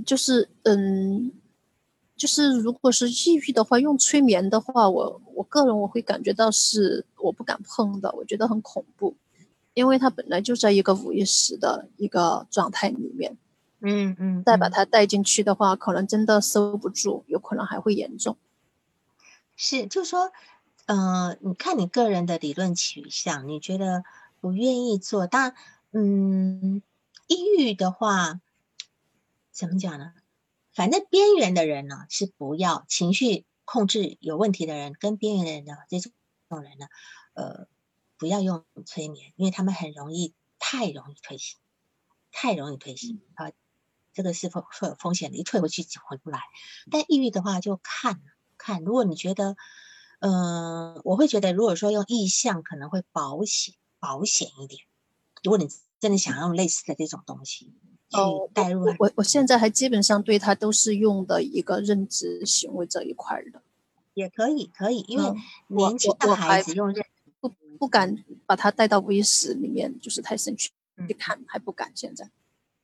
就是如果是抑郁的话，用催眠的话，我个人我会感觉到是我不敢碰的，我觉得很恐怖，因为他本来就在一个无意识的一个状态里面，再把它带进去的话，可能真的收不住，有可能还会严重。 是，就是说，你看你个人的理论取向，你觉得不愿意做，当然，抑郁的话，怎么讲呢？反正边缘的人呢是不要情绪控制有问题的人，跟边缘的人呢这种人呢，不要用催眠，因为他们太容易退行，啊，这个是会有风险的，一退回去就回不来。但抑郁的话就看，如果你觉得，我会觉得如果说用意象可能会保险一点，如果你真的想用类似的这种东西。带入我现在还基本上对他都是用的一个认知行为这一块的， 也可以，因为年轻的孩子用认不敢把他带到无意识里面，就是太深去看，还不敢现在。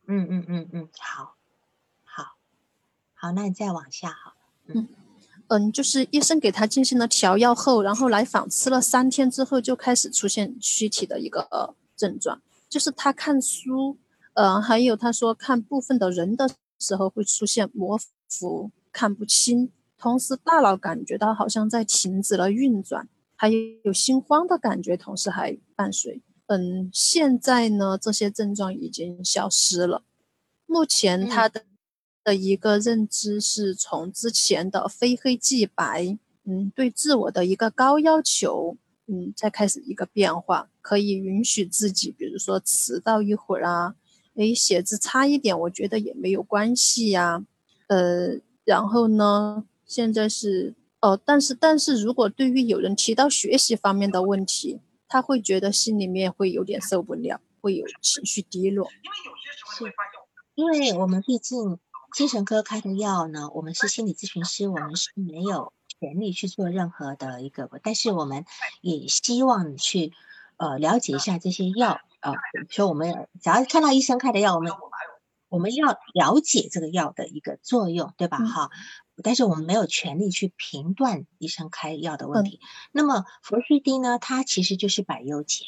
好，那你再往下好。 就是医生给他进行了调药后，然后来访吃了3天之后，就开始出现躯体的一个症状，就是他看书。还有他说看部分的人的时候会出现模糊、看不清，同时大脑感觉到好像在停止了运转，还有心慌的感觉，同时还伴随。现在呢，这些症状已经消失了。目前他的一个认知是从之前的非黑即白，对自我的一个高要求，再开始一个变化，可以允许自己，比如说迟到一会儿啊。写字差一点，我觉得也没有关系呀。然后呢，现在是但是如果对于有人提到学习方面的问题，他会觉得心里面会有点受不了，会有情绪低落。 是，因为我们毕竟精神科开的药呢，我们是心理咨询师，我们是没有权利去做任何的一个，但是我们也希望你去了解一下这些药。比如说我们只要看到医生开的药，我们要了解这个药的一个作用，对吧？但是我们没有权利去评断医生开药的问题。那么佛须地呢，它其实就是百忧解，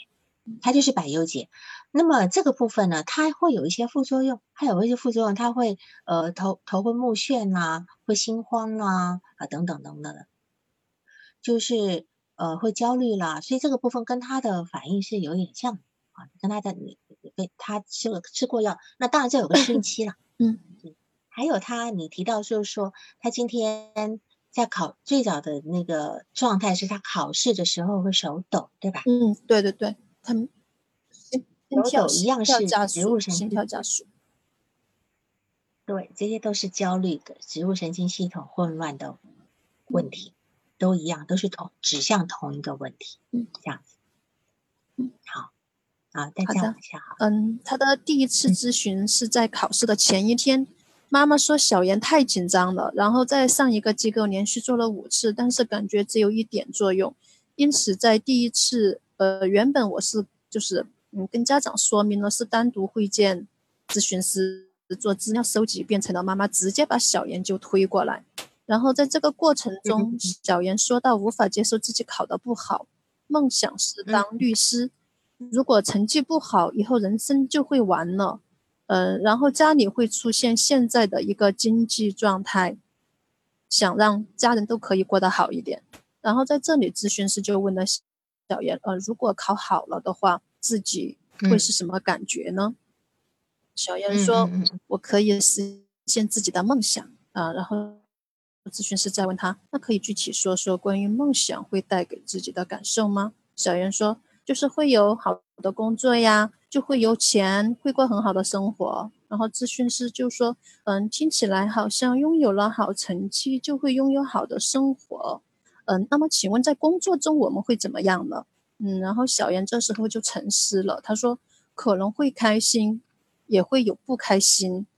那么这个部分呢，它会有一些副作用，它会头昏目眩啦，会心慌啦，等等的，就是会焦虑啦，所以这个部分跟他的反应是有点像。跟他的他吃过药，那当然这有个适应期了。还有你提到就是说，他今天在最早的那个状态是他考试的时候会手抖，对吧？ 对，他们手抖一样是植物神经， 心跳加速。 对，这些都是焦虑的植物神经系统混乱的问题，都一样，都是指向同一个问题。这样子。好。再往下。 他的第一次咨询是在考试的前一天，妈妈说小妍太紧张了，然后在上一个机构连续做了5次，但是感觉只有1点作用，因此在第一次，原本我是就是跟家长说明了是单独会见咨询师做资料收集，变成了妈妈直接把小妍就推过来，然后在这个过程中，小妍说到无法接受自己考得不好，梦想是当律师。如果成绩不好，以后人生就会完了。然后家里会出现现在的一个经济状态，想让家人都可以过得好一点。然后在这里，咨询师就问了小妍，如果考好了的话，自己会是什么感觉呢？小妍说，我可以实现自己的梦想然后咨询师再问他，那可以具体说说关于梦想会带给自己的感受吗？小妍说，就是会有好的工作呀，就会有钱，会过很好的生活。然后咨询师就说，听起来好像拥有了好成绩就会拥有好的生活。那么请问在工作中我们会怎么样呢？然后小妍这时候就沉思了，她说可能会开心，也会有不开心。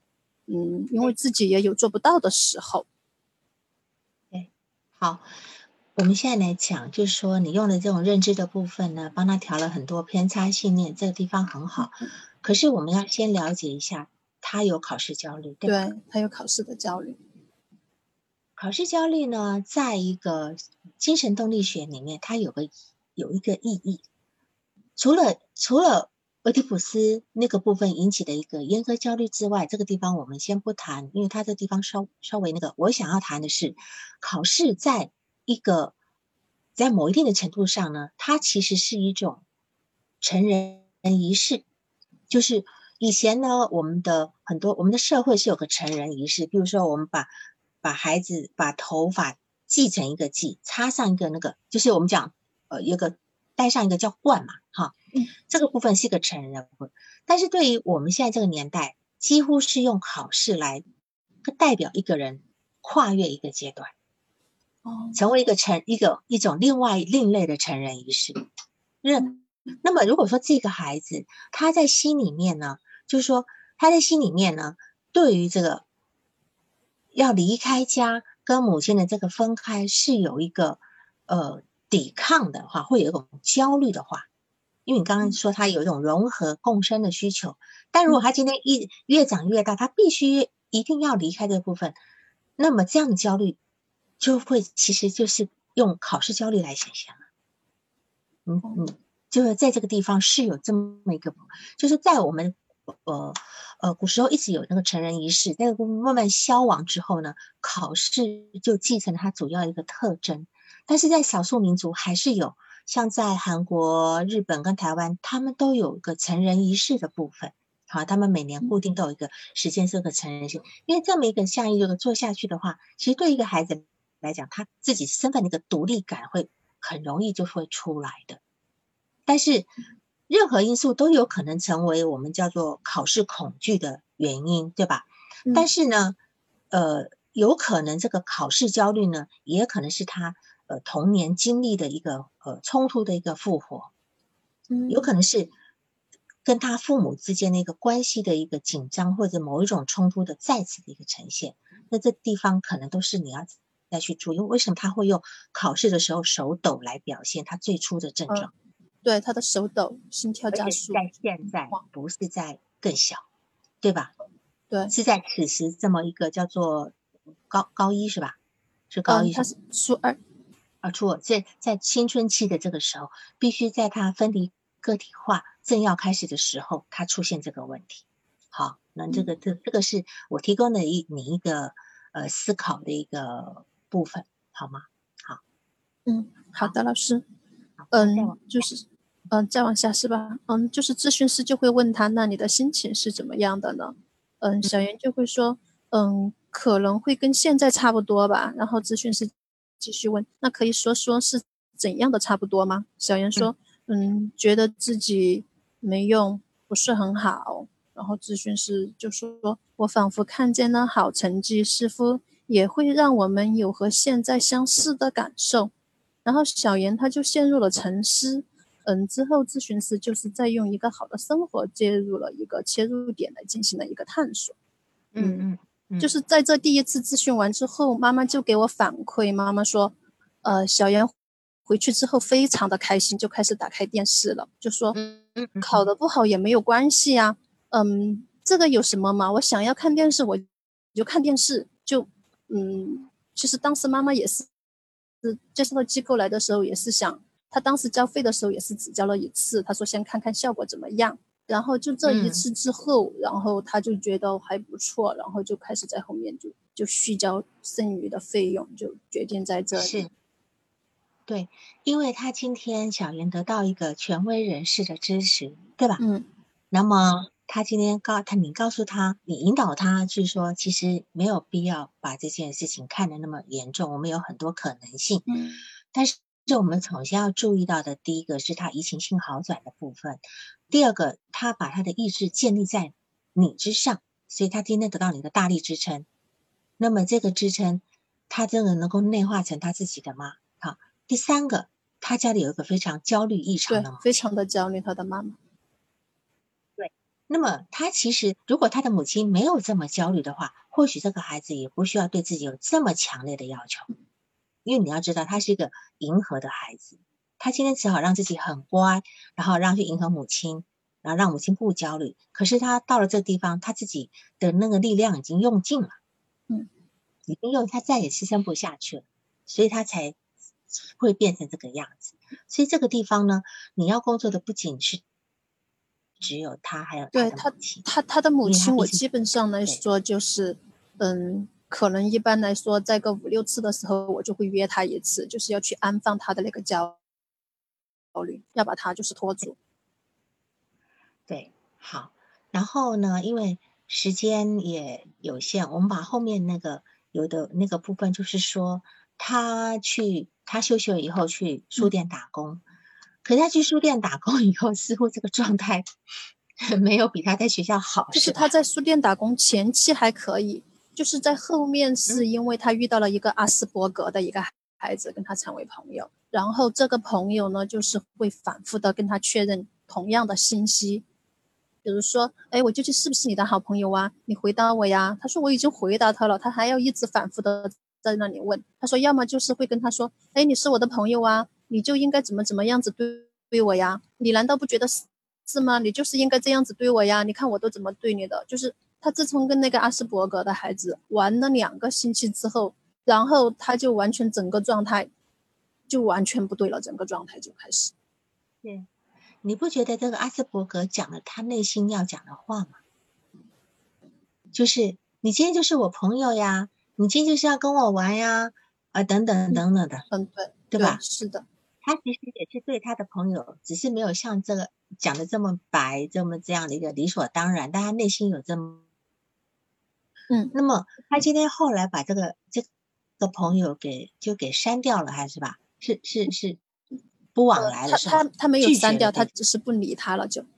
因为自己也有做不到的时候。 对，好，我们现在来讲，就是说你用的这种认知的部分呢，帮他调了很多偏差信念，这个地方很好。可是我们要先了解一下，他有考试焦虑，对吧？ 对，他有考试的焦虑。 考试焦虑呢，在一个精神动力学里面，它有一个意义。除了俄狄浦斯那个部分引起的一个严格焦虑之外，这个地方我们先不谈，因为它这地方稍微那个，我想要谈的是，考试在某一定的程度上呢，它其实是一种成人仪式，就是以前呢，我们的社会是有个成人仪式，比如说我们把孩子把头发系成一个髻，插上一个那个，就是我们讲有个戴上一个叫冠嘛，哈，这个部分是一个成人的部分。但是对于我们现在这个年代，几乎是用考试来代表一个人跨越一个阶段，成为一种另类的成人仪式。那么如果说这个孩子他在心里面呢，就是说他在心里面呢，对于这个要离开家跟母亲的这个分开是有一个抵抗的话，会有一种焦虑的话，因为你刚刚说他有一种融合共生的需求，但如果他今天越长越大，他必须一定要离开这个部分，那么这样的焦虑就会其实就是用考试焦虑来想象。就是在这个地方是有这么一个，就是在我们古时候一直有那个成人仪式，在慢慢消亡之后呢，考试就继承它主要一个特征。但是在少数民族还是有，像在韩国、日本跟台湾，他们都有一个成人仪式的部分。好，他们每年固定都有一个时间是个成人性，因为这么一个像一个做下去的话，其实对一个孩子来讲，他自己身份的一个独立感会很容易就会出来的。但是任何因素都有可能成为我们叫做考试恐惧的原因，对吧？但是呢，有可能这个考试焦虑呢，也可能是他童年经历的一个冲突的一个复活，有可能是跟他父母之间的一个关系的一个紧张，或者某一种冲突的再次的一个呈现。那这地方可能都是你要再去注意，为什么他会用考试的时候手抖来表现他最初的症状？ 对，他的手抖，心跳加速， 在现在不是在更小，对吧？ 对， 是在此时这么一个叫做高一是吧？是高一， 他是初二初二，在青春期的这个时候，必须在他分离个体化正要开始的时候，他出现这个问题。好，那这个是我提供的你一个思考的一个部分，好吗？好， 好的，老师。就是再往下是吧？就是咨询师就会问他，那你的心情是怎么样的呢？小妍就会说，可能会跟现在差不多吧。然后咨询师继续问，那可以说说是怎样的差不多吗？小妍说，觉得自己没用，不是很好。然后咨询师就说，我仿佛看见了好成绩，似乎也会让我们有和现在相似的感受。然后小妍她就陷入了沉思，之后咨询师就是在用一个好的生活介入了一个切入点来进行了一个探索。就是在这第一次咨询完之后，妈妈就给我反馈，妈妈说，小妍回去之后非常的开心，就开始打开电视了，就说，考得不好也没有关系啊，这个有什么嘛？我想要看电视我就看电视，其实当时妈妈也是介绍到机构来的时候也是想，他当时交费的时候也是只交了一次，他说先看看效果怎么样，然后就这一次之后，然后他就觉得还不错，然后就开始在后面就续交剩余的费用，就决定在这里。 是，对，因为他今天小妍得到一个权威人士的支持，对吧？那么他今天你告诉他，你引导他去说，其实没有必要把这件事情看得那么严重，我们有很多可能性。但是我们首先要注意到的，第一个是他移情性好转的部分，第二个他把他的意志建立在你之上，所以他今天得到你的大力支撑。那么这个支撑，他真的能够内化成他自己的吗？好，第三个，他家里有一个非常焦虑异常的母亲， 对，非常的焦虑，他的妈妈。 那么他其实如果他的母亲没有这么焦虑的话，或许这个孩子也不需要对自己有这么强烈的要求。因为你要知道他是一个迎合的孩子，他今天只好让自己很乖，然后让去迎合母亲，然后让母亲不焦虑。可是他到了这个地方，他自己的那个力量已经用尽了，已经用，他再也支撑不下去了，所以他才会变成这个样子。所以这个地方呢，你要工作的不仅是只有他，还有他的母亲。 他的母亲，我因为他毕竟基本上来说就是，可能一般来说，在个5、6次的时候，我就会约他一次，就是要去安放他的那个焦虑，要把他就是拖住。 对，好。然后呢，因为时间也有限，我们把后面那个有的那个部分，就是说他休学以后去书店打工，可是他去书店打工以后，似乎这个状态没有比他在学校好， 就是吧？ 他在书店打工前期还可以，就是在后面是因为他遇到了一个阿斯伯格的一个孩子，跟他成为朋友，然后这个朋友呢，就是会反复的跟他确认同样的信息。比如说，哎，我究竟是不是你的好朋友啊？你回答我呀。他说我已经回答他了，他还要一直反复的在那里问。他说，要么就是会跟他说，哎，你是我的朋友啊，你就应该怎么样子对我呀？你难道不觉得是吗？你就是应该这样子对我呀？你看我都怎么对你的？就是他自从跟那个阿斯伯格的孩子玩了2个星期之后，然后他就完全整个状态就完全不对了，整个状态就开始。 对。你不觉得这个阿斯伯格讲了他内心要讲的话吗？就是你今天就是我朋友呀，你今天就是要跟我玩呀，等等等等的， 对， 对吧？ 是的。 他其实也是对他的朋友，只是没有像这个讲的这么白，这样的一个理所当然，但他内心有这么。那么他今天后来把这个朋友给删掉了，还是吧？是不往来了是吗？ 他没有拒绝删掉，他了只是不理他了就。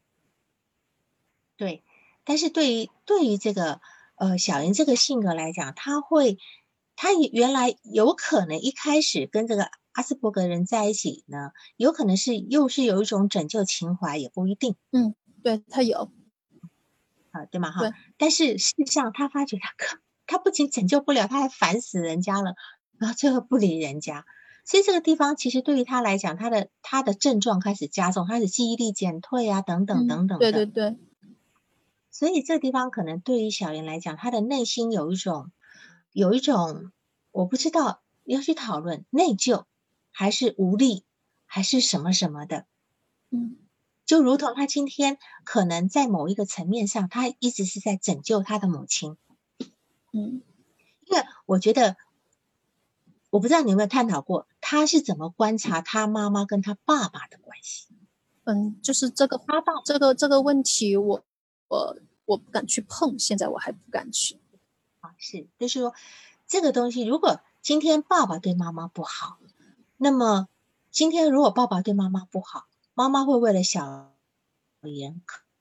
对，但是对于这个小妍这个性格来讲，他原来有可能一开始跟这个阿斯伯格人在一起呢，有可能又是有一种拯救情怀，也不一定。 对，他有。 对吗？ 对。 但是事实上他发觉他不仅拯救不了，他还烦死人家了，然后最后不理人家。所以这个地方其实对于他来讲，他的症状开始加重，他的记忆力减退啊，等等等等的。 对。 所以这个地方可能对于小妍来讲，他的内心有一种我不知道要去讨论内疚还是无力还是什么什么的。就如同他今天可能在某一个层面上，他一直是在拯救他的母亲。因为我觉得，我不知道你有没有探讨过，他是怎么观察他妈妈跟他爸爸的关系。 就是这个问题我不敢去碰，现在我还不敢去。 是，就是说这个东西，如果今天爸爸对妈妈不好，那么今天如果爸爸对妈妈不好，妈妈会为了小妍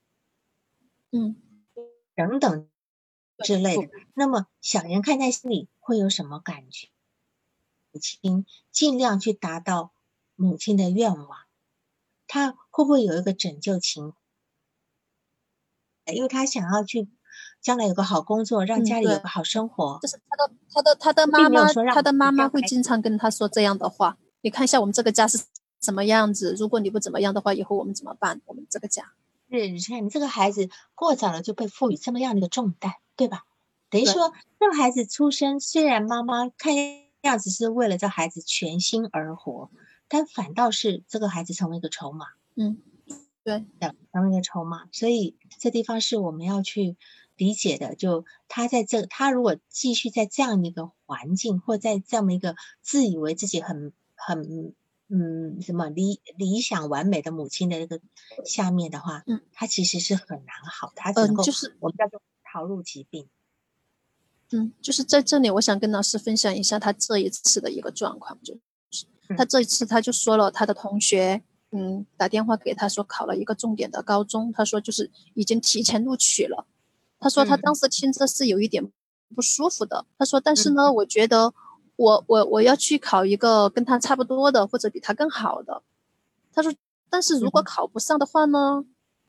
等等之类的，那么小妍看在心里会有什么感觉？母亲尽量去达到母亲的愿望，他会不会有一个拯救情？因为他想要去将来有个好工作，让家里有个好生活。 就是他的妈妈， 并没有说让他的妈妈会经常跟他说这样的话。你看一下我们这个家是什么样子，如果你不怎么样的话，以后我们怎么办？我们这个家。 是，你看你这个孩子过早了就被赋予这么样的一个重担，对吧？等于说这个孩子出生，虽然妈妈看样子是为了这孩子全心而活，但反倒是这个孩子成为一个筹码。 对， 成为一个筹码。所以这地方是我们要去理解的。就他如果继续在这样一个环境，或在这样一个自以为自己很什么理想完美的母亲的那个下面的话，他其实是很难好，他只能够我们叫做逃入疾病。 就是在这里我想跟老师分享一下他这一次的一个状况。就是他这一次他就说了，他的同学打电话给他说考了一个重点的高中，他说就是已经提前录取了。他说他当时听着是有一点不舒服的。他说但是呢，我觉得我要去考一个跟他差不多的或者比他更好的。他说但是如果考不上的话呢，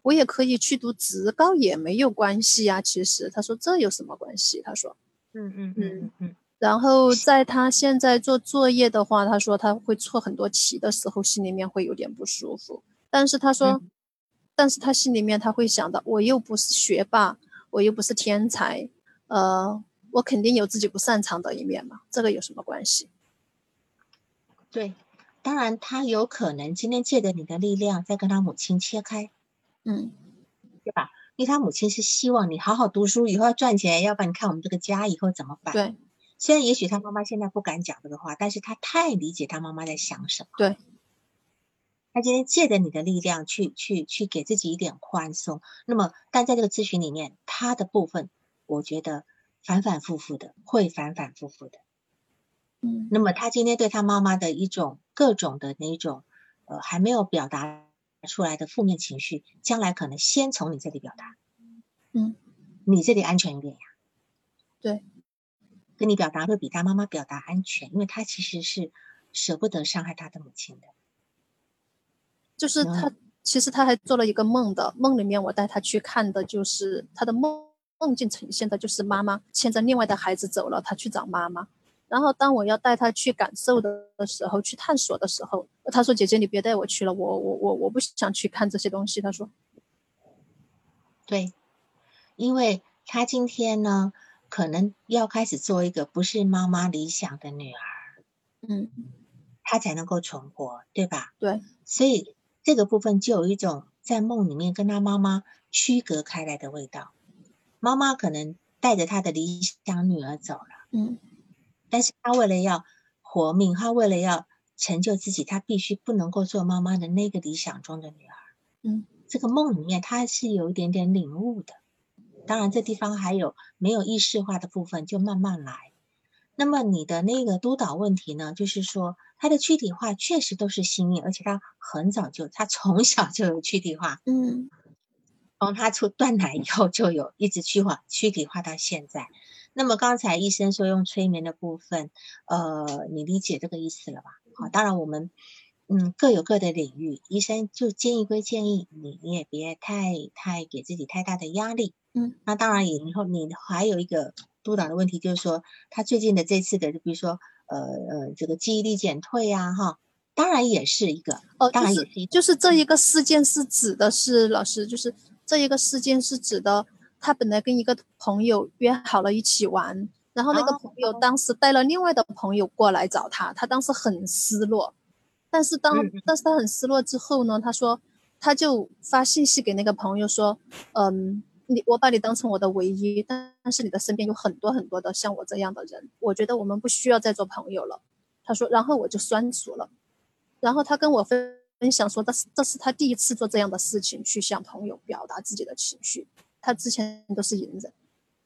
我也可以去读职高也没有关系啊，其实他说这有什么关系，他说然后在他现在做作业的话，他说他会错很多题的时候心里面会有点不舒服，但是他说但是他心里面他会想到我又不是学霸，我又不是天才，我肯定有自己不擅长的一面嘛，这个有什么关系？ 对，当然他有可能今天借着你的力量再跟他母亲切开，对吧？因为他母亲是希望你好好读书，以后要赚钱，要不然你看我们这个家以后怎么办？ 对， 虽然也许他妈妈现在不敢讲这个话，但是他太理解他妈妈在想什么。 对， 他今天借着你的力量去给自己一点宽松。那么，但在这个咨询里面，他的部分，我觉得反反复复的，会反反复复的。那么他今天对他妈妈的一种各种的那种还没有表达出来的负面情绪，将来可能先从你这里表达。你这里安全一点呀。 对， 跟你表达会比他妈妈表达安全，因为他其实是舍不得伤害他的母亲的。 就是他其实他还做了一个梦的，梦里面我带他去看的就是他的梦境呈现的就是妈妈牵着另外的孩子走了，他去找妈妈。然后当我要带他去感受的时候，去探索的时候，他说：“姐姐，你别带我去了，我不想去看这些东西。”他说：“ 对，因为他今天呢，可能要开始做一个不是妈妈理想的女儿，他才能够存活，对吧？ 对， 所以这个部分就有一种在梦里面跟他妈妈区隔开来的味道。妈妈可能带着他的理想女儿走了，但是他为了要活命，他为了要成就自己，他必须不能够做妈妈的那个理想中的女儿。这个梦里面他是有一点点领悟的。当然这地方还有没有意识化的部分，就慢慢来。那么你的那个督导问题呢，就是说他的躯体化确实都是心意，而且他他从小就有躯体化。从他出断奶以后就有一直躯体化到现在。那么刚才医生说用催眠的部分，你理解这个意思了吧？好，当然我们各有各的领域，医生就建议归建议，你也别太给自己太大的压力。那当然以后你还有一个督导的问题，就是说他最近的这次的，就比如说这个记忆力减退啊，哈，当然也是一个，当然也是一个， 就是这一个事件是指的是老师，就是这一个事件是指的，他本来跟一个朋友约好了一起玩，然后那个朋友当时带了另外的朋友过来找他，他当时很失落，但是他很失落之后呢，他说他就发信息给那个朋友说，我把你当成我的唯一，但是你的身边有很多很多的像我这样的人，我觉得我们不需要再做朋友了。他说，然后我就酸楚了。然后他跟我分享说，这是他第一次做这样的事情，去向朋友表达自己的情绪。他之前都是隐忍。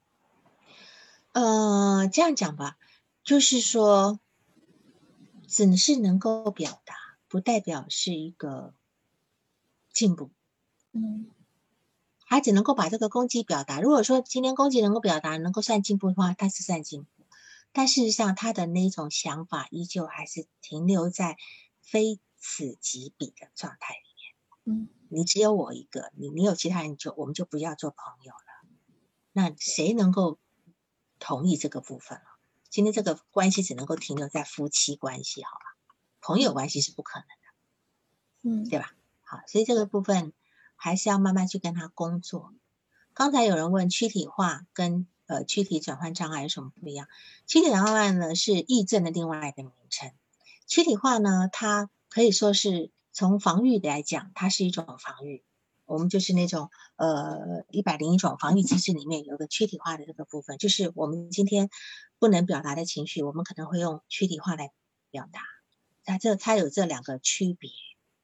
这样讲吧，就是说，只是能够表达，不代表是一个进步。他只能够把这个攻击表达。如果说今天攻击能够表达，能够算进步的话，他是算进步。但事实上，他的那种想法依旧还是停留在非此即彼的状态里面。你只有我一个，你有其他人我们就不要做朋友了。那谁能够同意这个部分了？今天这个关系只能够停留在夫妻关系，好吧？朋友关系是不可能的，对吧？好，所以这个部分还是要慢慢去跟他工作。刚才有人问躯体化跟躯体转换障碍有什么不一样？躯体转换障碍呢是癔症的另外一个名称，躯体化呢它可以说是从防御来讲，它是一种防御。我们就是那种101种防御机制里面有个躯体化的这个部分，就是我们今天不能表达的情绪，我们可能会用躯体化来表达。它有这两个区别，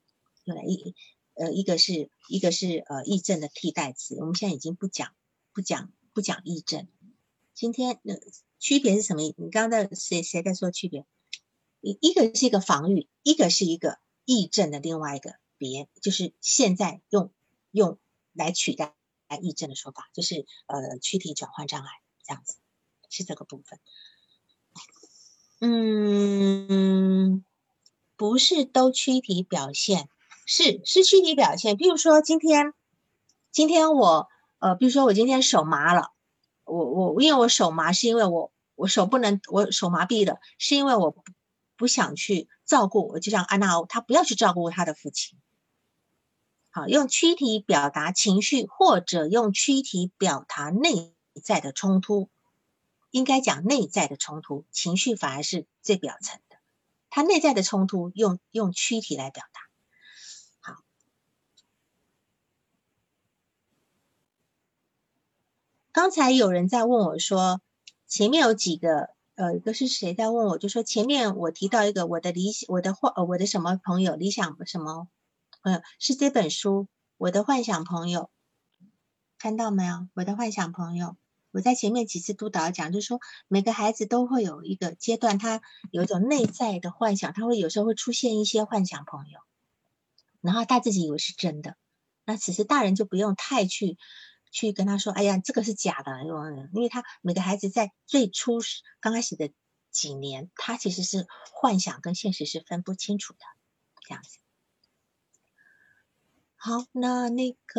一个是癔症的替代词，我们现在已经不讲癔症。今天区别是什么？你刚刚谁在说区别？一个是一个防御，一个是一个癔症的另外一个就是现在用来取代癔症的说法，就是躯体转换障碍这样子，是这个部分。不是都躯体表现，是躯体表现。比如说今天今天我比如说我今天手麻了，我因为我手麻是因为我手麻痹了，是因为我不想去照顾，我就让安娜欧她不要去照顾她的父亲。好，用躯体表达情绪，或者用躯体表达内在的冲突。应该讲内在的冲突，情绪反而是最表层的。他内在的冲突用躯体来表达。好，刚才有人在问我说，前面有几个一个是谁在问我，就说前面我提到一个我的什么朋友，理想什么朋友，是这本书我的幻想朋友，看到没有？我的幻想朋友。我在前面几次督导讲，就是说每个孩子都会有一个阶段，他有一种内在的幻想，他会有时候会出现一些幻想朋友，然后他自己以为是真的。那此时大人就不用太去跟他说，哎呀，这个是假的，因为他每个孩子在最初刚开始的几年，他其实是幻想跟现实是分不清楚的，这样子。好，那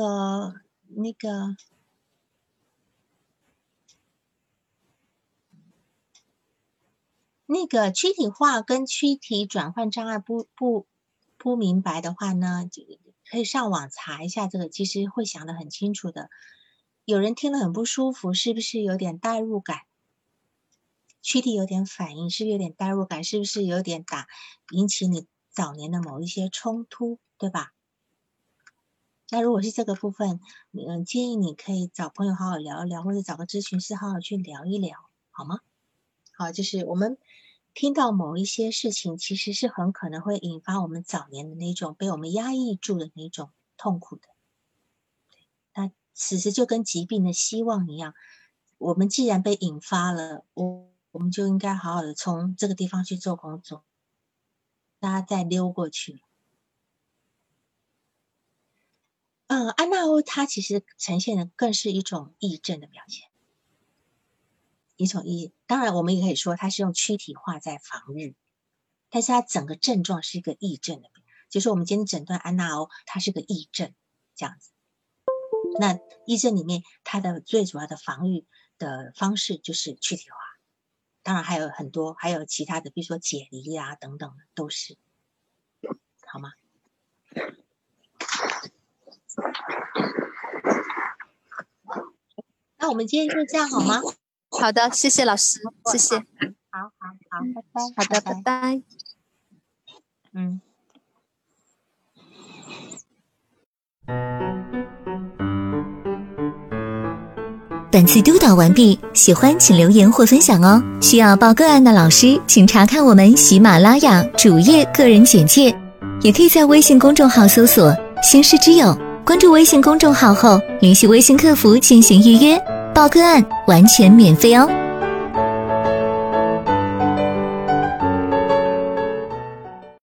躯体化跟躯体转换障碍不明白的话呢，就可以上网查一下这个，其实会想得很清楚的。有人听了很不舒服，是不是有点代入感？躯体有点反应，是不是有点代入感？是不是有点引起你早年的某一些冲突，对吧？那如果是这个部分，建议你可以找朋友好好聊一聊，或者找个咨询师好好去聊一聊，好吗？好，就是我们听到某一些事情，其实是很可能会引发我们早年的那种被我们压抑住的那种痛苦的。那此时就跟疾病的希望一样，我们既然被引发了，我们就应该好好的从这个地方去做工作，大家再溜过去。安娜欧它其实呈现的更是一种癔症的表现。当然我们也可以说它是用躯体化在防御，但是它整个症状是一个癔症的，就是我们今天诊断安娜欧它是个癔症这样子。那癔症里面它的最主要的防御的方式就是躯体化，当然还有很多，还有其他的，比如说解离啊等等的都是，好吗？那我们今天就这样好吗？ 好的，谢谢老师，谢谢。 好，拜拜。 好的，拜拜。 本次督导完毕，喜欢请留言或分享哦。需要报个案的老师，请查看我们喜马拉雅主页个人简介，也可以在微信公众号搜索“星师之友”，关注微信公众号后，联系微信客服进行预约，报个案完全免费哦。